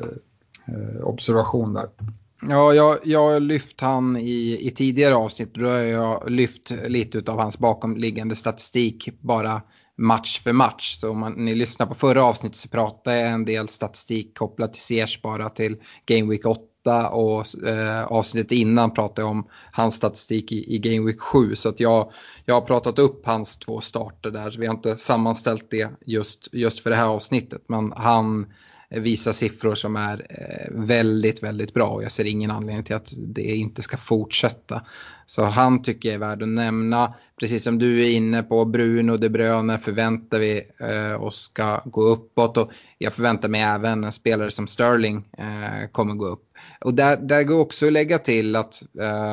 observation där. Ja, jag har lyft han i tidigare avsnitt. Då har jag lyft lite av hans bakomliggande statistik bara match för match. Så om ni lyssnar på förra avsnittet så pratade jag en del statistik kopplat till Ziyech bara till Game Week 8 och avsnittet innan pratade jag om hans statistik i Game Week 7. Så att jag har pratat upp hans 2 starter där. Så vi har inte sammanställt det just för det här avsnittet. Men han visar siffror som är väldigt, väldigt bra och jag ser ingen anledning till att det inte ska fortsätta. Så han tycker jag är värd att nämna. Precis som du är inne på, Bruno De Bruyne förväntar vi och ska gå uppåt, och jag förväntar mig även en spelare som Sterling kommer gå upp. Och där går också att lägga till att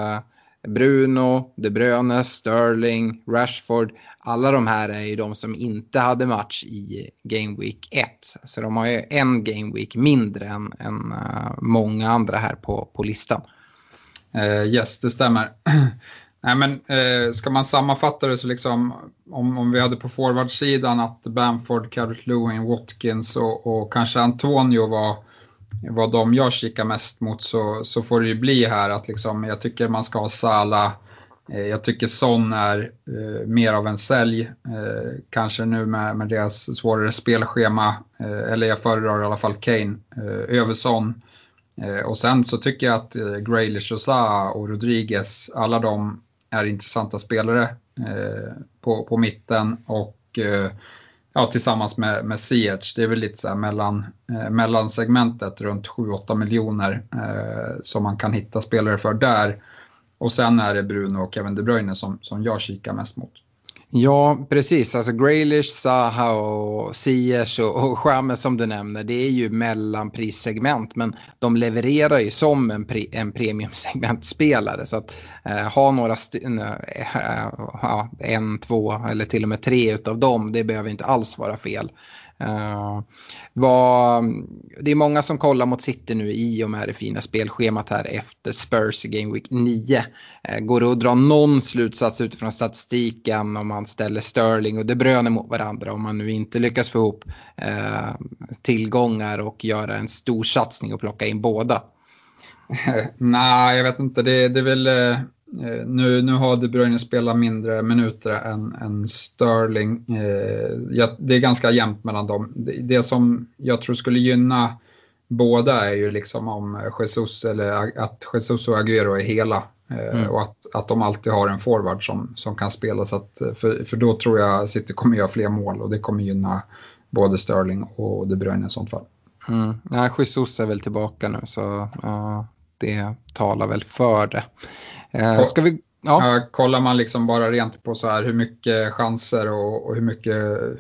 Bruno, De Bruyne, Sterling, Rashford, alla de här är ju de som inte hade match i Game Week 1. Så de har ju en Game Week mindre än många andra här på listan. Yes, det stämmer. Nej, men ska man sammanfatta det så liksom, om vi hade på forwardsidan att Bamford, Calvert-Lewin, Watkins och kanske Antonio var de jag kikar mest mot, så får det ju bli här att liksom, jag tycker man ska ha Salah. Jag tycker Son är mer av en sälj, kanske nu med deras svårare spelschema, eller jag föredrar i alla fall Kane över Son. Och sen så tycker jag att Grealish och Zaha och Rodriguez, alla de är intressanta spelare på mitten, och tillsammans med Ziyech, det är väl lite så här mellansegmentet runt 7-8 miljoner som man kan hitta spelare för där. Och sen är det Bruno och Kevin De Bruyne som jag kikar mest mot. Ja, precis. Alltså Grealish, Zaha och Ziyech och James som du nämner, det är ju mellanprissegment, men de levererar ju som en premiumsegmentspelare. Så att ha några 1, 2 eller till och med 3 utav dem, det behöver inte alls vara fel. Det är många som kollar mot City nu i och med det fina spelschemat här efter Spurs i Game Week 9. Går det att dra någon slutsats utifrån statistiken om man ställer Sterling och De Bruyne mot varandra, om man nu inte lyckas få ihop tillgångar och göra en stor satsning och plocka in båda? Nej, jag vet inte. Det är väl nu har De Bruyne spelat mindre minuter än Sterling. Det är ganska jämnt mellan dem. Det som jag tror skulle gynna båda är ju liksom om Jesus, eller att Jesus och Aguero är hela, och att de alltid har en forward som kan spela, så att, för då tror jag City kommer göra fler mål, och det kommer gynna både Sterling och De Bruyne i sånt fall. Nej, Jesus är väl tillbaka nu, så det talar väl för det. Ska vi... kollar man liksom bara rent på så här hur mycket chanser och hur mycket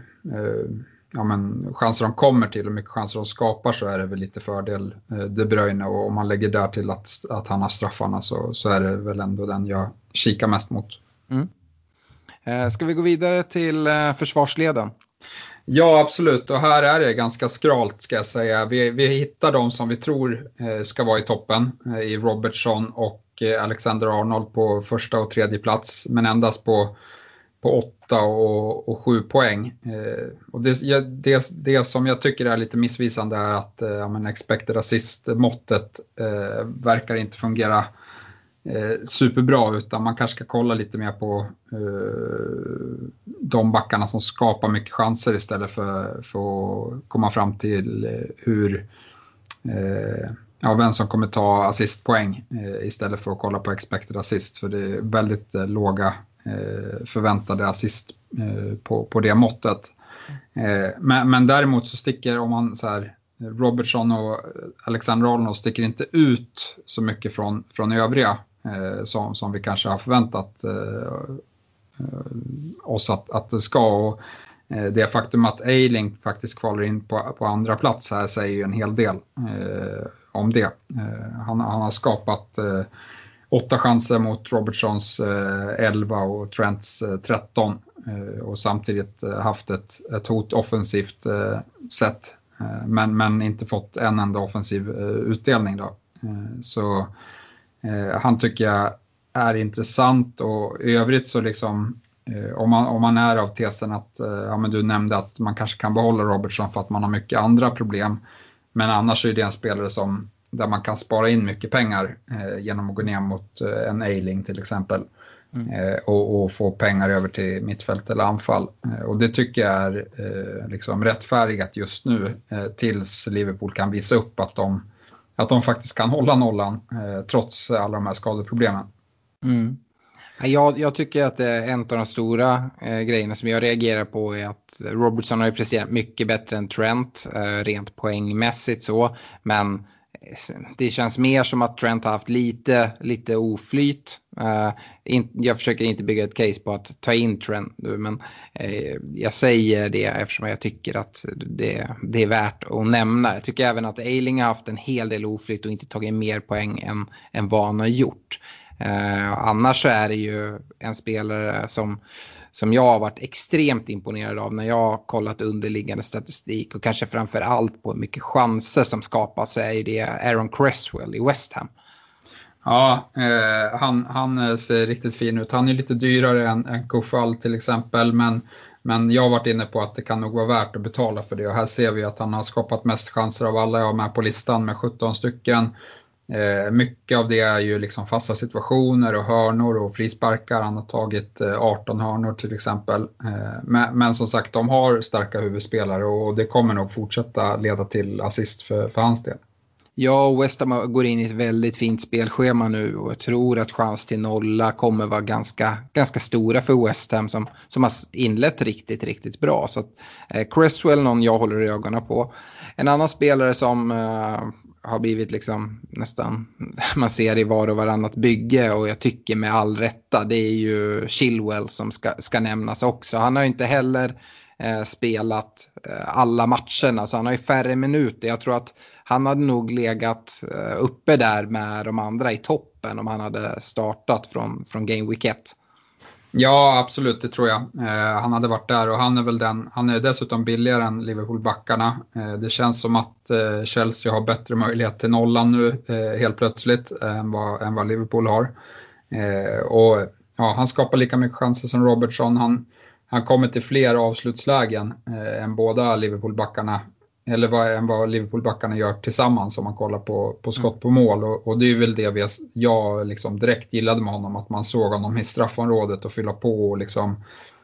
chanser de kommer till och hur mycket chanser de skapar, så är det väl lite fördel De Bruyne, och om man lägger där till att han har straffarna, så är det väl ändå den jag kikar mest mot. Ska vi gå vidare till försvarsleden? Ja, absolut, och här är det ganska skralt, ska jag säga. Vi hittar de som vi tror ska vara i toppen, i Robertson och Alexander-Arnold på första och tredje plats, men endast på 8 och 7 poäng. Och det som jag tycker är lite missvisande är att expected assist-måttet verkar inte fungera superbra, utan man kanske ska kolla lite mer på de backarna som skapar mycket chanser istället för att komma fram till vem som kommer ta assistpoäng istället för att kolla på expected assist, för det är väldigt låga förväntade assist på det måttet. Men däremot så sticker, om man så här, Robertson och Alexander-Arnold sticker inte ut så mycket från övriga som vi kanske har förväntat oss att det ska, och det faktum att Ayling faktiskt kvalar in på andra plats här säger ju en hel del om det. Han har skapat 8 chanser mot Robertsons 11 och Trents 13 och samtidigt haft ett hot offensivt sätt men inte fått en enda offensiv utdelning då. Så han tycker jag är intressant, och i övrigt så liksom om man är av tesen att men du nämnde att man kanske kan behålla Robertson för att man har mycket andra problem, men annars är det en spelare där man kan spara in mycket pengar genom att gå ner mot en Ayling till exempel och få pengar över till mittfält eller anfall, och det tycker jag är liksom rättfärdigat just nu tills Liverpool kan visa upp att de faktiskt kan hålla nollan trots alla de här skadeproblemen. Jag tycker att en av de stora grejerna som jag reagerar på är att Robertson har ju presterat mycket bättre än Trent rent poängmässigt så, men det känns mer som att Trent har haft lite oflyt. Jag försöker inte bygga ett case på att ta in Trent nu, men jag säger det eftersom jag tycker att det är värt att nämna. Jag tycker även att Ayling har haft en hel del oflyt och inte tagit mer poäng än vad han har gjort. Annars så är det ju en spelare som jag har varit extremt imponerad av när jag har kollat underliggande statistik, och kanske framför allt på mycket chanser som skapas, så är det Aaron Cresswell i West Ham. Ja, han ser riktigt fin ut. Han är lite dyrare än Kofall till exempel, men jag har varit inne på att det kan nog vara värt att betala för det, och här ser vi att han har skapat mest chanser av alla jag har med på listan med 17 stycken. Mycket av det är ju liksom fasta situationer och hörnor och frisparkar. Han har tagit 18 hörnor till exempel. Men som sagt, de har starka huvudspelare, och det kommer nog fortsätta leda till assist för hans del. Ja, och West Ham går in i ett väldigt fint spelschema nu, och jag tror att chans till nolla kommer vara ganska stora för West Ham som har inlett riktigt, riktigt bra. Så att Cresswell, någon jag håller ögonen på. En annan spelare som har blivit liksom nästan, man ser i var och varannat bygge, och jag tycker med all rätta, det är ju Chilwell som ska nämnas också. Han har ju inte heller spelat alla matcherna, så han har ju färre minuter. Jag tror att han hade nog legat uppe där med de andra i toppen om han hade startat från Game Week 1. Ja, absolut, det tror jag. Han hade varit där, och han är dessutom billigare än Liverpool-backarna. Det känns som att Chelsea har bättre möjlighet till nollan nu helt plötsligt än vad Liverpool har. Och ja, han skapar lika mycket chanser som Robertson. Han kommer till fler avslutslägen än båda Liverpool-backarna, eller än vad Liverpool-backarna gör tillsammans om man kollar på skott på mål. Och det är väl det jag liksom direkt gillade med honom, att man såg honom i straffområdet och fylla på och liksom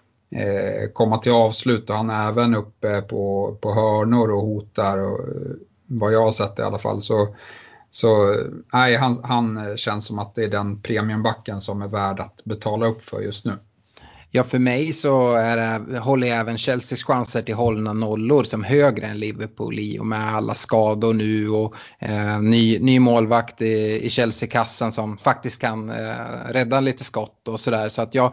komma till avslut. Och han är även uppe på hörnor och hotar, och vad jag har sett i alla fall. Så nej, han känns som att det är den premiumbacken som är värd att betala upp för just nu. Ja, för mig så håller jag även Chelseas chanser till hållna nollor som högre än Liverpool i och med alla skador nu, och ny målvakt i Chelsea-kassan som faktiskt kan rädda lite skott och sådär. Så att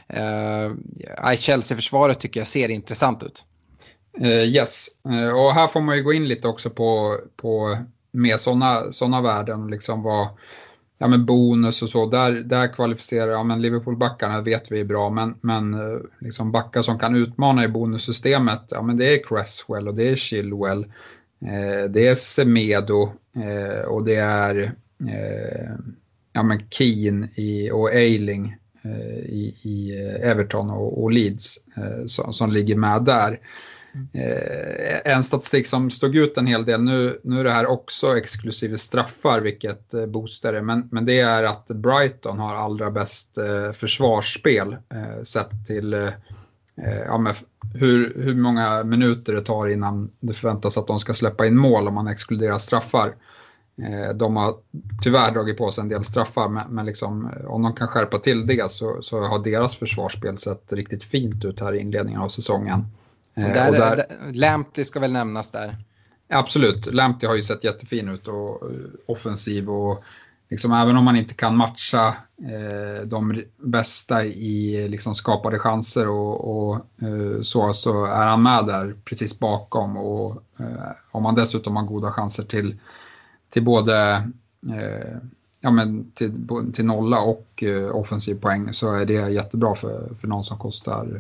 Chelsea-försvaret tycker jag ser intressant ut. Yes, och här får man ju gå in lite också på med såna värden, liksom vad... Ja, men bonus och så, där kvalificerar, men Liverpool-backarna vet vi är bra, men liksom backar som kan utmana i bonussystemet, ja men det är Cresswell och det är Chilwell, det är Semedo och det är Keane och Ayling i Everton och Leeds som ligger med där. En statistik som stod ut en hel del, nu är det här också exklusive straffar, vilket booster är, men det är att Brighton har allra bäst försvarsspel sett till hur många minuter det tar innan det förväntas att de ska släppa in mål om man exkluderar straffar. De har tyvärr dragit på sig en del straffar, men liksom, om de kan skärpa till det så har deras försvarsspel sett riktigt fint ut här i inledningen av säsongen. Lamptey ska väl nämnas där. Absolut, Lamptey har ju sett jättefin ut och offensiv, och liksom, även om man inte kan matcha de bästa i liksom skapade chanser och så är han med där precis bakom, och om man dessutom har goda chanser till både men till nolla och offensiv poäng, så är det jättebra för någon som kostar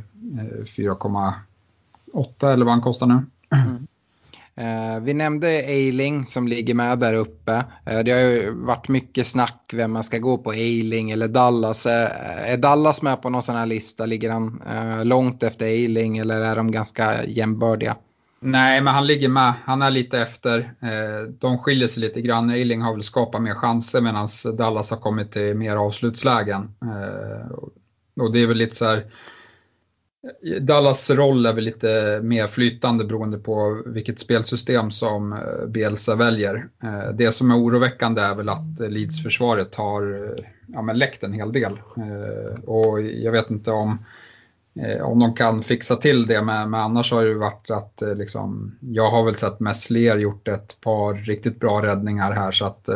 4,8 eller vad han kostar nu. Vi nämnde Eiling som ligger med där uppe. Det har ju varit mycket snack vem man ska gå på, Eiling eller Dallas. Är Dallas med på någon sån här lista? Ligger han långt efter Eiling eller är de ganska jämbördiga? Nej, men han ligger med. Han är lite efter. De skiljer sig lite grann. Eiling har väl skapat mer chanser medan Dallas har kommit till mer avslutslägen. Och det är väl lite så här... Dallas roll är väl lite mer flytande beroende på vilket spelsystem som Bielsa väljer. Det som är oroväckande är väl att Leeds-försvaret har läckt en hel del. Och jag vet inte om de kan fixa till det, men annars har det varit att liksom, jag har väl sett Meslier gjort ett par riktigt bra räddningar här, så att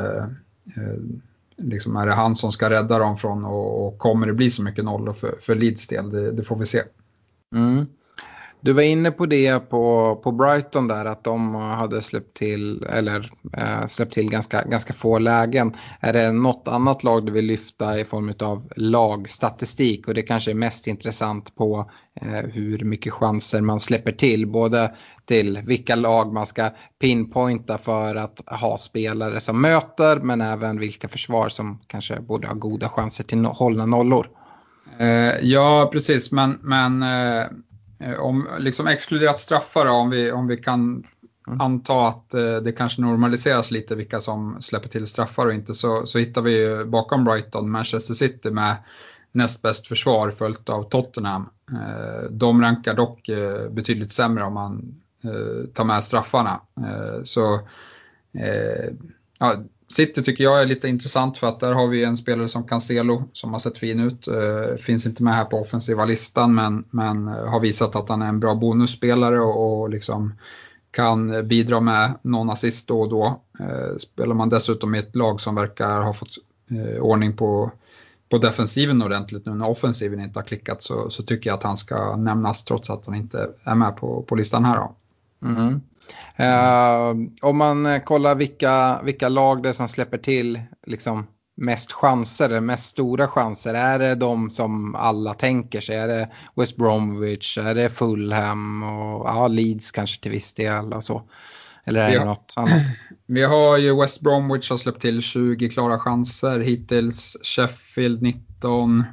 liksom är det han som ska rädda dem från och kommer det bli så mycket nollor för Leeds del, det får vi se. Du var inne på det på Brighton där, att de hade släppt till ganska få lägen. Är det något annat lag du vill lyfta i form av lagstatistik, och det kanske är mest intressant på hur mycket chanser man släpper till, både till vilka lag man ska pinpointa för att ha spelare som möter, men även vilka försvar som kanske borde ha goda chanser till hållna nollor? Ja, precis, men om liksom exkluderat straffar då, om vi kan anta att det kanske normaliseras lite vilka som släpper till straffar och inte, så hittar vi bakom Brighton Manchester City med näst bäst försvar, följt av Tottenham. De rankar dock betydligt sämre om man tar med straffarna. City tycker jag är lite intressant för att där har vi en spelare som Cancelo som har sett fin ut. Finns inte med här på offensiva listan, men har visat att han är en bra bonusspelare och liksom kan bidra med någon assist då och då. Spelar man dessutom i ett lag som verkar ha fått ordning på defensiven ordentligt nu när offensiven inte har klickat, så tycker jag att han ska nämnas trots att han inte är med på listan här då. Om man kollar vilka lag det som släpper till liksom mest chanser, mest stora chanser, är det de som alla tänker sig? Är det West Bromwich, är det Fulham och Leeds kanske till viss del och så? Eller är det något annat? Vi har ju West Bromwich har släppt till 20 klara chanser hittills, Sheffield 19,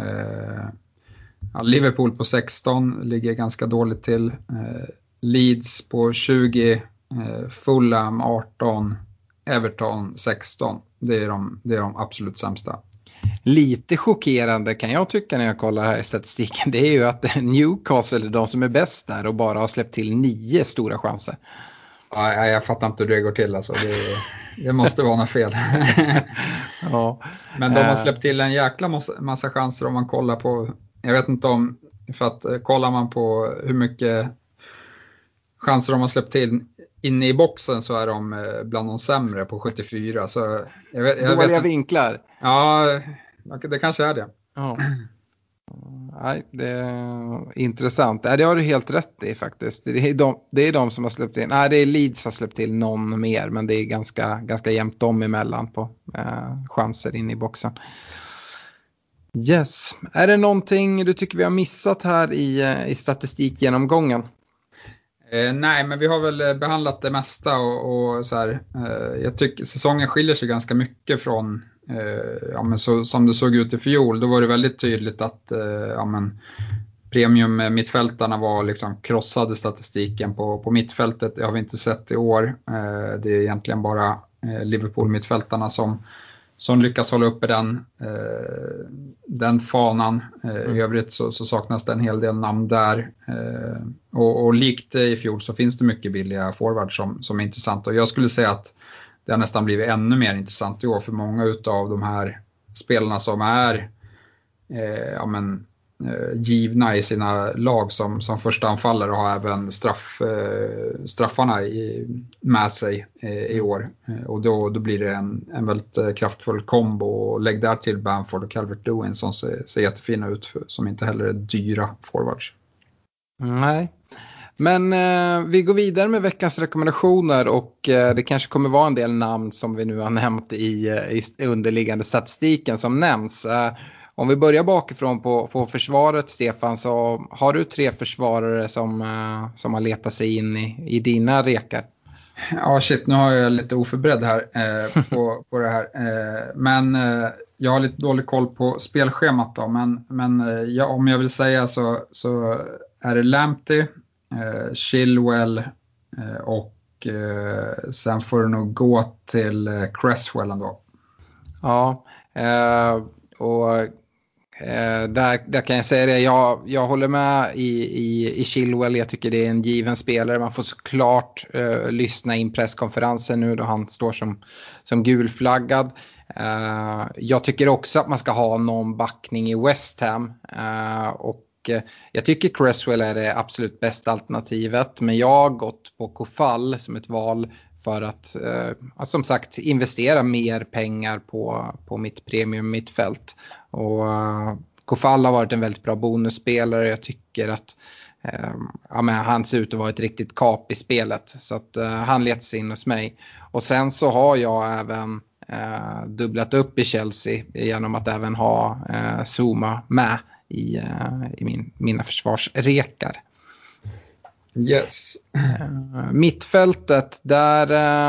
Liverpool på 16 ligger ganska dåligt till, Leeds på 20, Fulham 18, Everton 16. Det är de absolut sämsta. Lite chockerande kan jag tycka när jag kollar här i statistiken, det är ju att Newcastle är de som är bäst där och bara har släppt till 9 stora chanser. Ja, jag fattar inte hur det går till alltså. Det måste vara något fel. Ja. Men de har släppt till en jäkla massa chanser om man kollar på, jag vet inte om, för att kollar man på hur mycket chanser de har släppt till inne i boxen, så är de bland de sämre på 74. Så dåliga vinklar. Ja, det kanske är det. Ja. Nej, det är intressant. Det har du helt rätt i faktiskt. Det är de som har släppt in. Nej, det är Leeds har släppt till någon mer, men det är ganska jämnt dem emellan på chanser in i boxen. Yes. Är det någonting du tycker vi har missat här i statistikgenomgången? Nej, men vi har väl behandlat det mesta och så här. Jag tycker säsongen skiljer sig ganska mycket från som det såg ut i fjol. Då var det väldigt tydligt att premium mittfältarna var liksom krossade statistiken på mittfältet. Det har vi inte sett i år. Det är egentligen bara Liverpool mittfältarna som lyckas hålla uppe den fanan. I övrigt så saknas det en hel del namn där. Och likt i fjol så finns det mycket billiga forwards som är intressant. Och jag skulle säga att det har nästan blivit ännu mer intressant i år för många utav de här spelarna som är givna i sina lag som första anfallare och har även straffarna med sig i år. Och då blir det en väldigt kraftfull kombo, och lägg där till Bamford och Calvert-Lewin som ser jättefina ut som inte heller är dyra forwards. Nej. Men vi går vidare med veckans rekommendationer och det kanske kommer vara en del namn som vi nu har nämnt i underliggande statistiken som nämns. Om vi börjar bakifrån på försvaret, Stefan, så har du 3 försvarare som har letat sig in i dina rekar. Ja, shit, nu har jag lite oförberedd här på det här. Men jag har lite dålig koll på spelschemat då. Men om jag vill säga så är det Lamptey, Chilwell och sen får det nog gå till Cresswell ändå. Ja, och där kan jag säga det. Jag håller med i Chilwell. Jag tycker det är en given spelare. Man får såklart lyssna in presskonferensen nu då han står som gulflaggad. Jag tycker också att man ska ha någon backning i West Ham. Och jag tycker Cresswell är det absolut bästa alternativet. Men jag har gått på Kofall som ett val för att som sagt investera mer pengar på mitt premium mittfält. Och Kofall har varit en väldigt bra bonusspelare. Jag tycker att han ser ut att vara ett riktigt kap i spelet. Så att han letar in hos mig. Och sen så har jag även dubblat upp i Chelsea genom att även ha Zuma med i mina försvarsrekar. Yes. Mittfältet, där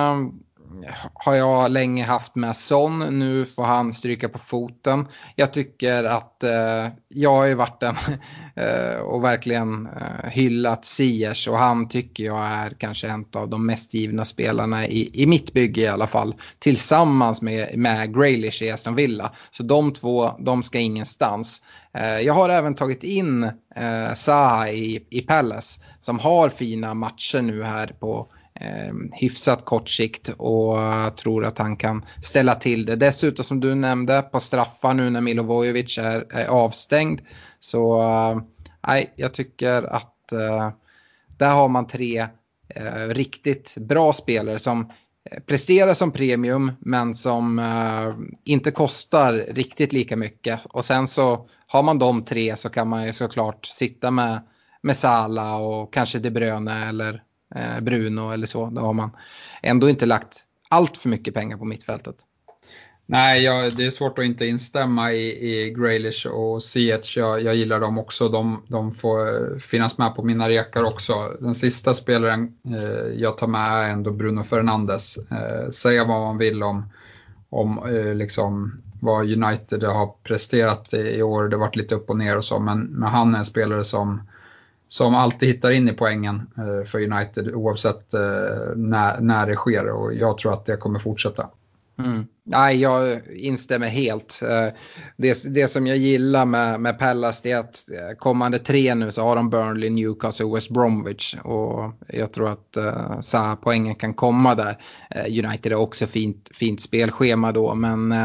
har jag länge haft med Son. Nu får han stryka på foten. Jag tycker att jag har ju varit den och verkligen hyllat Ziyech, och han tycker jag är kanske en av de mest givna spelarna i mitt bygge i alla fall. Tillsammans med Grealish i Aston Villa. Så de två, de ska ingenstans. Jag har även tagit in Zaha i Palace som har fina matcher nu här på hyfsat kort sikt, och tror att han kan ställa till det. Dessutom som du nämnde på straffar nu när Milivojevic är avstängd, så jag tycker att där har man 3 riktigt bra spelare som presterar som premium men som inte kostar riktigt lika mycket. Och sen så har man de 3 så kan man ju såklart sitta med Salah och kanske De Bruyne eller Bruno eller så. Då har man ändå inte lagt allt för mycket pengar på mittfältet. Nej, det är svårt att inte instämma i Grealish och Ziyech. Jag gillar dem också. De får finnas med på mina rekar också. Den sista spelaren jag tar med är ändå Bruno Fernandes. Säga vad man vill om liksom vad United har presterat i år. Det har varit lite upp och ner och så. Men han är en spelare som alltid hittar in i poängen för United oavsett när det sker. Och jag tror att det kommer fortsätta. Nej, jag instämmer helt. Det som jag gillar med Palace är att kommande 3 nu så har de Burnley, Newcastle och West Bromwich, och jag tror att poängen kan komma där. United är också fint spelschema då, men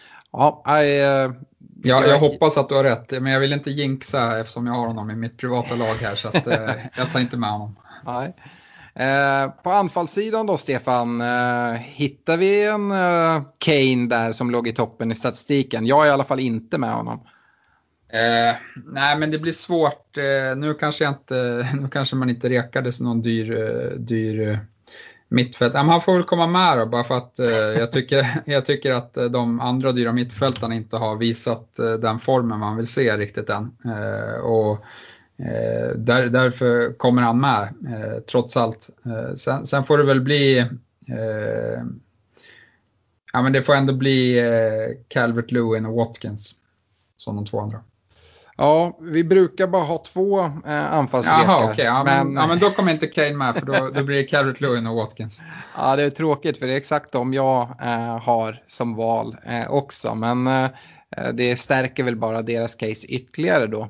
jag hoppas att du har rätt, men jag vill inte jinxa eftersom jag har honom i mitt privata lag här, så att jag tar inte med honom. Nej. På anfallssidan då, Stefan, hittar vi en Kane där som låg i toppen i statistiken? Jag är i alla fall inte med honom. Nej, men det blir svårt. Nu kanske man inte rekades någon dyr mittfält. Han får väl komma med då, bara för att jag tycker att de andra dyra mittfältarna inte har visat den formen man vill se riktigt än. Och därför kommer han med trots allt. Sen får det väl bli men det får ändå bli Calvert-Lewin och Watkins som de 2 andra. Ja, vi brukar bara ha 2 anfallsrekar. Jaha, okej. Men då kommer inte Kane med, för då blir det Calvert-Lewin och Watkins. Ja, det är tråkigt för det är exakt de jag har som val också. Men det stärker väl bara deras case ytterligare då.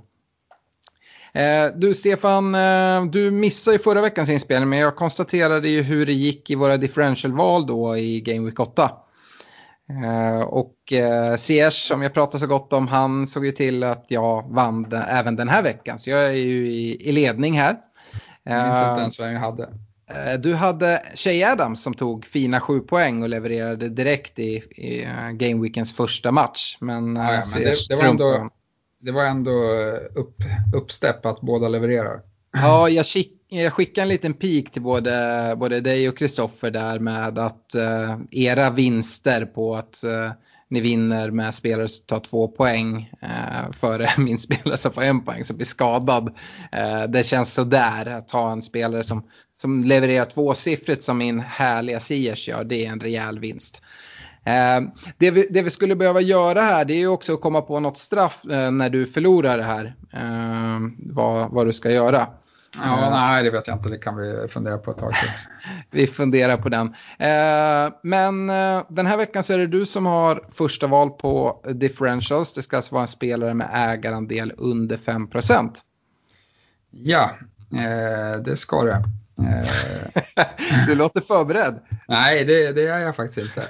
Du Stefan, du missade ju förra veckans inspelning, men jag konstaterade ju hur det gick i våra differentialval då i Game Week 8. Och Ziyech, som jag pratade så gott om, han såg ju till att jag vann även den här veckan. Så jag är ju i ledning här. Jag minns inte ens vad jag hade. Du hade Shay Adams som tog fina 7 poäng och levererade direkt i Game Weekends första match. Men, men det var ändå uppstepp att båda levererar. Ja, jag skickar en liten pik till både dig och Kristoffer där med att era vinster på att ni vinner med spelare som tar 2 poäng före min spelare som får 1 poäng som blir skadad. Det känns så där att ha en spelare som levererar 2-siffrigt som min härliga Siers gör. Det är en rejäl vinst. Det vi skulle behöva göra här, det är ju också att komma på något straff när du förlorar det här. Vad du ska göra. Ja, nej, det vet jag inte. Det kan vi fundera på ett tag till. Vi funderar på den. Men den här veckan så är det du som har första val på differentials. Det ska alltså vara en spelare med ägarandel under 5%. Ja, det ska det. Du låter förberedd. Nej, det är jag faktiskt inte.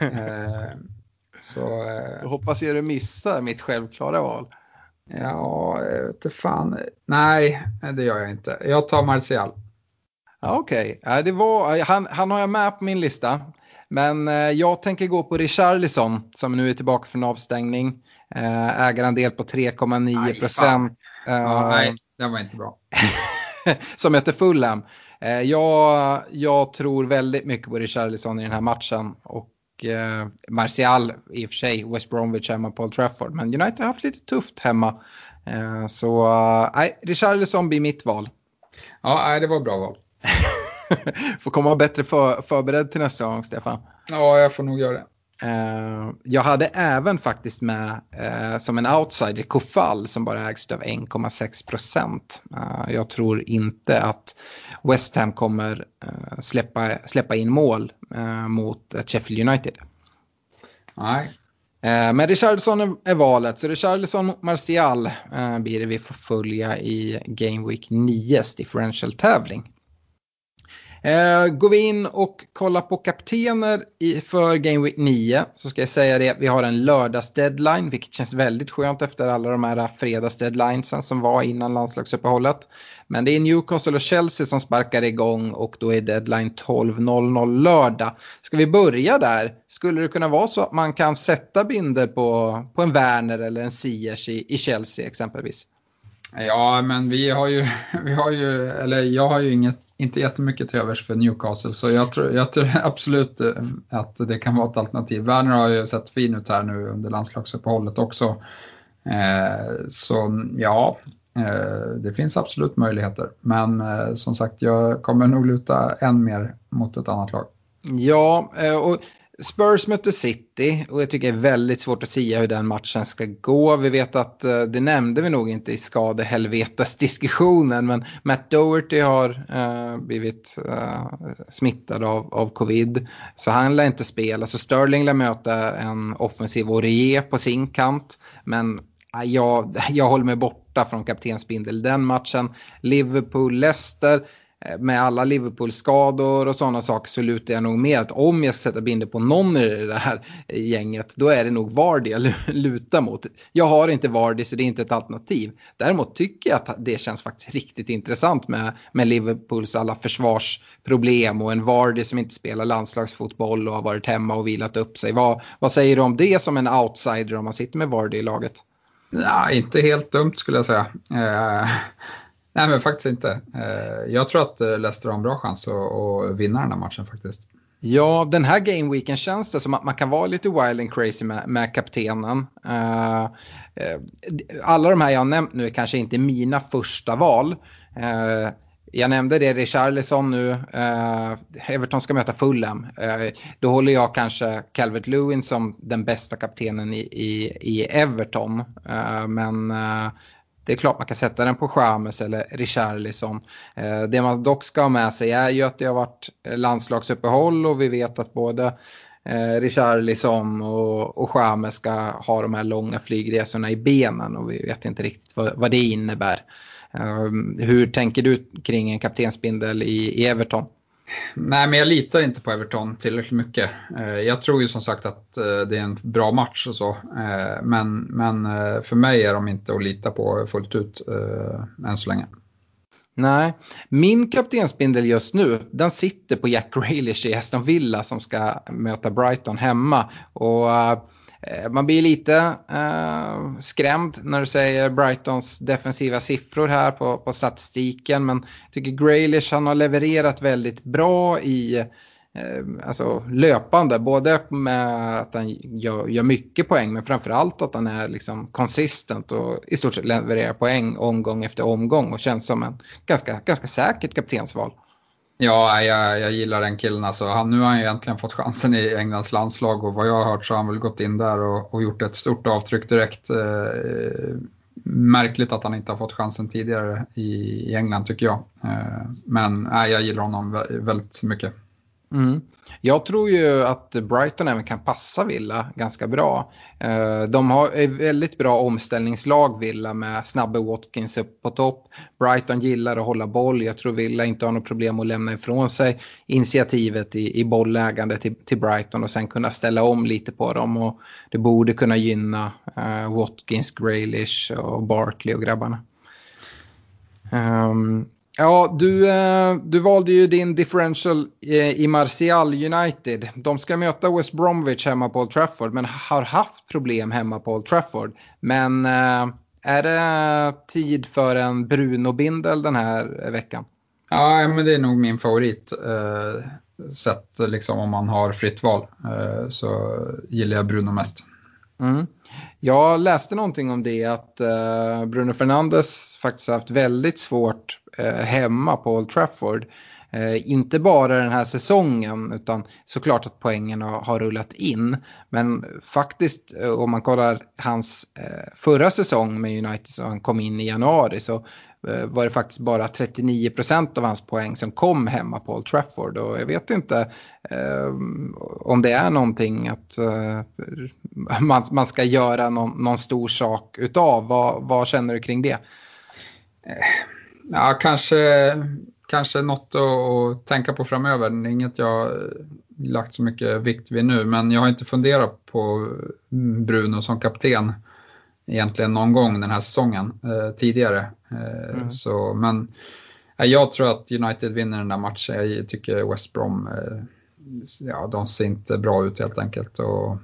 Jag hoppas jag du missar mitt självklara val. Ja, jag vet inte fan. Nej, det gör jag inte. Jag tar Martial. Okej. Han har jag med på min lista. Men jag tänker gå på Richarlison som nu är tillbaka från avstängning. Ägarandel på 3,9%. Nej, det var inte bra. Som heter Fulham. Jag tror väldigt mycket på Richarlison i den här matchen. Och Martial i och för sig, West Bromwich hemma på Old Trafford. Men United har haft lite tufft hemma. Richarlison blir mitt val. Ja, det var bra val. Får komma bättre förberedd till nästa gång, Stefan. Ja, jag får nog göra det. Jag hade även faktiskt med som en outsider Kofall som bara ägs av 1,6%. Jag tror inte att West Ham kommer släppa in mål mot Sheffield United. Nej. Men Richarlison är valet. Så Richarlison mot Martial blir det vi får följa i Game Week 9's differential-tävling. Går vi in och kollar på kaptener för Game Week 9 så ska jag säga det. Vi har en lördags-deadline, vilket känns väldigt skönt efter alla de här fredags-deadlinesen som var innan landslagsuppehållet. Men det är Newcastle och Chelsea som sparkar igång och då är deadline 12.00 lördag. Ska vi börja där? Skulle det kunna vara så att man kan sätta binder på en Werner eller en Ziyech i Chelsea exempelvis? Ja, men jag har ju inte jättemycket till övers för Newcastle, så jag tror absolut att det kan vara ett alternativ. Werner har ju sett fin ut här nu under landslagsuppehållet också. Så ja, det finns absolut möjligheter. Men som sagt, jag kommer nog luta än mer mot ett annat lag. Ja, och Spurs möter City och jag tycker det är väldigt svårt att säga hur den matchen ska gå. Vi vet att det nämnde vi nog inte i skadehelvetesdiskussionen, men Matt Doherty har blivit smittad av covid, så han lär inte spela. Så Sterling lär möta en offensiv Aurier på sin kant, men jag håller mig borta från kaptensbindel den matchen. Liverpool-Leicester, med alla Liverpool-skador och sådana saker så lutar jag nog mer att om jag ska sätta binder på någon i det här gänget, då är det nog Vardy jag lutar mot. Jag har inte Vardy så det är inte ett alternativ. Däremot tycker jag att det känns faktiskt riktigt intressant med Liverpools alla försvarsproblem och en Vardy som inte spelar landslagsfotboll och har varit hemma och vilat upp sig. Vad säger du om det som en outsider om man sitter med Vardy i laget? Ja, inte helt dumt skulle jag säga. Nej, men faktiskt inte. Jag tror att Leicester har en bra chans att vinna den här matchen faktiskt. Ja, den här gameweeken känns det som att man kan vara lite wild and crazy med kaptenen. Alla de här jag har nämnt nu är kanske inte mina första val. Jag nämnde det, Richarlison nu. Everton ska möta Fulham. Då håller jag kanske Calvert-Lewin som den bästa kaptenen i Everton. Men det är klart man kan sätta den på James eller Richarlison. Det man dock ska ha med sig är ju att det har varit landslagsuppehåll och vi vet att både Richarlison och James ska ha de här långa flygresorna i benen och vi vet inte riktigt vad det innebär. Hur tänker du kring en kaptensbindel i Everton? Nej, men jag litar inte på Everton tillräckligt mycket. Jag tror ju som sagt att det är en bra match och så. Men för mig är de inte att lita på fullt ut än så länge. Nej, min kaptensbindel just nu, den sitter på Jack Grealish i Aston Villa som ska möta Brighton hemma. Och Man blir lite skrämd när du säger Brightons defensiva siffror här på statistiken. Men jag tycker Grealish, han har levererat väldigt bra i alltså löpande. Både med att han gör mycket poäng, men framförallt att han är liksom consistent och i stort sett levererar poäng omgång efter omgång. Och känns som en ganska säkert kaptensval. Ja, jag gillar den killen. Alltså, nu har han ju egentligen fått chansen i Englands landslag, och vad jag har hört så har han väl gått in där och gjort ett stort avtryck direkt. Märkligt att han inte har fått chansen tidigare i England, tycker jag. Men jag gillar honom väldigt mycket. Jag tror ju att Brighton även kan passa Villa ganska bra. De har ett väldigt bra omställningslag, Villa, med snabba Watkins upp på topp. Brighton gillar att hålla boll. Jag tror Villa inte har något problem att lämna ifrån sig initiativet i bollägande till Brighton och sen kunna ställa om lite på dem. Och det borde kunna gynna Watkins, Grealish och Barkley och grabbarna. Ja, du valde ju din differential i Martial United. De ska möta West Bromwich hemma på Old Trafford, men har haft problem hemma på Old Trafford. Men är det tid för en Bruno-bindel den här veckan? Ja, men det är nog min favorit. Sett liksom om man har fritt val så gillar jag Bruno mest. Jag läste någonting om det, att Bruno Fernandes faktiskt har haft väldigt svårt hemma på Old Trafford. Inte bara den här säsongen, utan såklart att poängen har rullat in. Men faktiskt, om man kollar hans förra säsong med United, så han kom in i januari, så var det faktiskt bara 39% av hans poäng som kom hemma på Old Trafford. Och jag vet inte om det är någonting att man ska göra någon stor sak utav. Vad känner du kring det? Ja, kanske något att tänka på framöver. Det är inget jag lagt så mycket vikt vid nu, men jag har inte funderat på Bruno som kapten egentligen någon gång den här säsongen tidigare. Så, men jag tror att United vinner den där matchen. Jag tycker West Brom de ser inte bra ut helt enkelt. Och,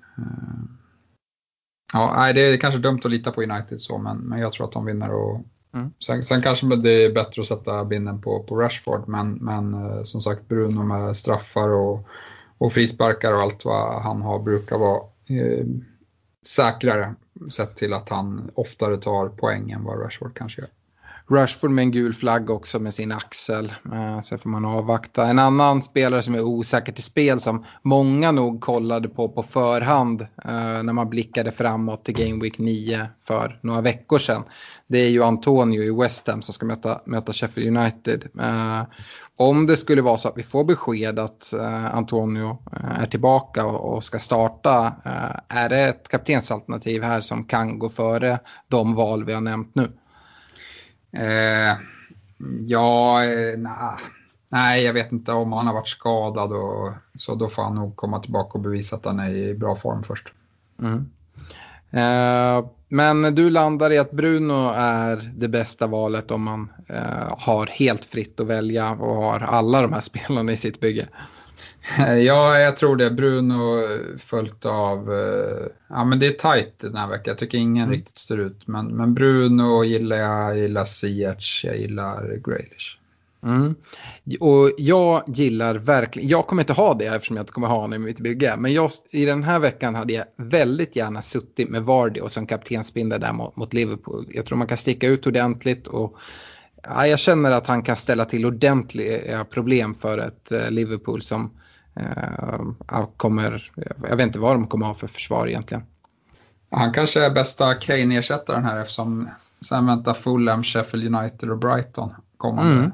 det är kanske dumt att lita på United så, men jag tror att de vinner. Och sen kanske det är bättre att sätta binden på Rashford, men som sagt, Bruno med straffar och frisparkar och allt vad han har brukar vara säkrare, sett till att han oftare tar poäng än vad Rashford kanske gör. Rashford med en gul flagg också med sin axel, så får man avvakta. En annan spelare som är osäker till spel, som många nog kollade på förhand när man blickade framåt till Game Week 9 för några veckor sedan, det är ju Antonio i West Ham som ska möta Sheffield United. Om det skulle vara så att vi får besked att Antonio är tillbaka och ska starta, är det ett kaptensalternativ här som kan gå före de val vi har nämnt nu? Nej, jag vet inte. Om han har varit skadad så då får han nog komma tillbaka och bevisa att han är i bra form först. Men du landar i att Bruno är det bästa valet om man har helt fritt att välja och har alla de här spelarna i sitt bygge. Ja, jag tror det. Bruno följt av... men det är tajt den här veckan. Jag tycker ingen riktigt står ut. Men Bruno gillar jag gillar Ziyech, jag gillar Grealish. Och jag gillar verkligen... Jag kommer inte ha det eftersom jag inte kommer ha honom i mitt bygge. Men i den här veckan hade jag väldigt gärna suttit med Vardy och som kaptensbindel där mot Liverpool. Jag tror man kan sticka ut ordentligt och... jag känner att han kan ställa till ordentliga problem för ett Liverpool som kommer... Jag vet inte vad de kommer ha för försvar egentligen. Han kanske är bästa Kane-ersättaren här, eftersom sen väntar Fulham, Sheffield United och Brighton kommande.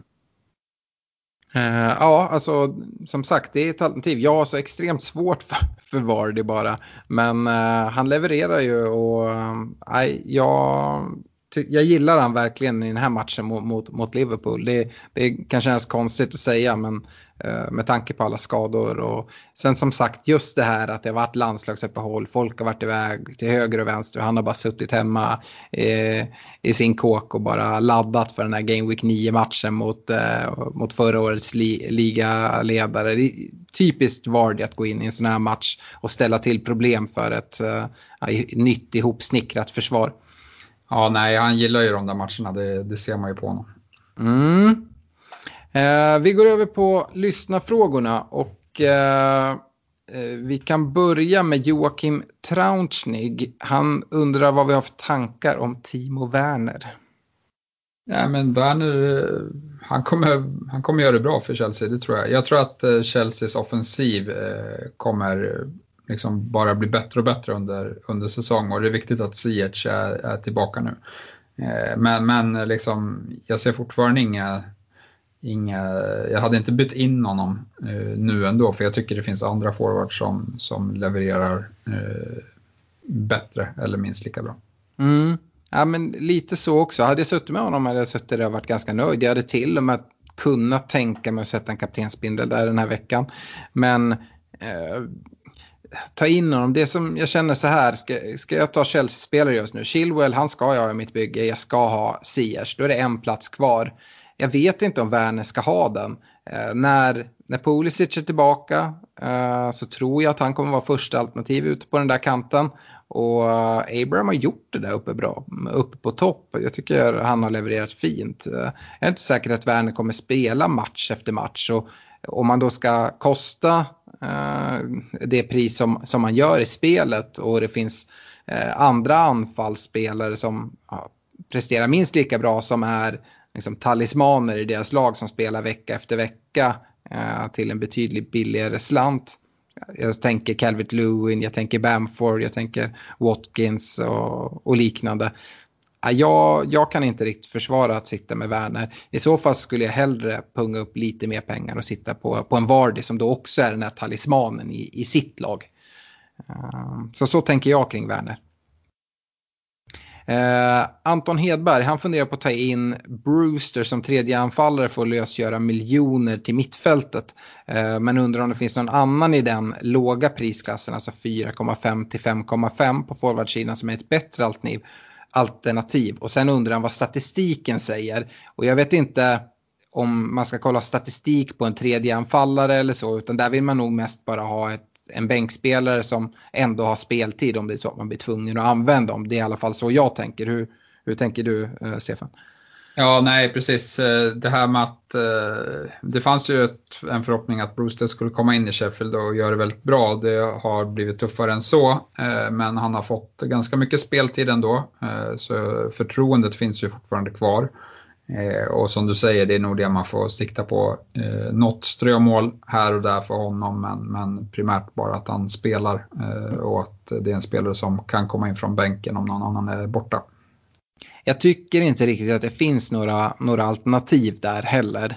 Alltså som sagt, det är ett alternativ. Jag har så extremt svårt för Vardy bara. Men han levererar ju och jag gillar han verkligen i den här matchen mot Liverpool. Det kan kännas konstigt att säga, men med tanke på alla skador. Och sen som sagt, just det här att det har varit landslagsuppehåll, folk har varit iväg till höger och vänster och han har bara suttit hemma i sin kåk och bara laddat för den här Game Week 9-matchen mot förra årets ligaledare. Det är typiskt Vardy att gå in i en sån här match och ställa till problem för ett nytt ihopsnickrat försvar. Ja, nej, han gillar ju de där matcherna, det ser man ju på honom. Vi går över på lyssnarfrågorna och vi kan börja med Joakim Traunschnig. Han undrar vad vi har för tankar om Timo Werner. Ja, men Werner, han kommer göra det bra för Chelsea, det tror jag. Jag tror att Chelseas offensiv kommer liksom bara bli bättre och bättre under säsong, och det är viktigt att Ziyech är tillbaka nu. Men liksom, jag ser fortfarande inga, jag hade inte bytt in honom nu ändå, för jag tycker det finns andra forwards som levererar bättre eller minst lika bra. Ja, men lite så också. Hade jag suttit med honom hade jag suttit där och varit ganska nöjd. Jag hade till och med kunnat tänka mig att sätta en kaptensbindel där den här veckan. Men ta in honom. Det som jag känner så här, ska jag ta Chelsea-spelare just nu? Chilwell, han ska jag ha i mitt bygge. Jag ska ha Ziyech. Då är det en plats kvar. Jag vet inte om Werner ska ha den. När Pulisic är tillbaka så tror jag att han kommer vara första alternativ ute på den där kanten. Och Abraham har gjort det där uppe på topp. Jag tycker han har levererat fint. Jag är inte säker att Werner kommer spela match efter match. Och om man då ska kosta det pris som man gör i spelet, och det finns andra anfallsspelare som presterar minst lika bra, som är liksom talismaner i deras lag, som spelar vecka efter vecka till en betydligt billigare slant. Jag tänker Calvert-Lewin, jag tänker Bamford, jag tänker Watkins och liknande. Jag kan inte riktigt försvara att sitta med Werner. I så fall skulle jag hellre punga upp lite mer pengar och sitta på en Vardy, som då också är den här talismanen i sitt lag. Så tänker jag kring Werner. Anton Hedberg, han funderar på att ta in Brewster som tredje anfallare för att lösgöra miljoner till mittfältet, men undrar om det finns någon annan i den låga prisklassen, alltså 4,5 till 5,5 på forwardsidan, som är ett bättre alternativ. Och sen undrar han vad statistiken säger, och jag vet inte om man ska kolla statistik på en tredje anfallare eller så, utan där vill man nog mest bara ha en bänkspelare som ändå har speltid, om det är så att man blir tvungen att använda dem. Det är i alla fall så jag tänker. Hur tänker du, Stefan? Ja, nej, precis. Det här med att det fanns ju en förhoppning att Brewster skulle komma in i Sheffield och göra det väldigt bra. Det har blivit tuffare än så, men han har fått ganska mycket speltid ändå. Så förtroendet finns ju fortfarande kvar. Och som du säger, det är nog det man får sikta på. Något strömål här och där för honom, men primärt bara att han spelar och att det är en spelare som kan komma in från bänken om någon annan är borta. Jag tycker inte riktigt att det finns några alternativ där heller.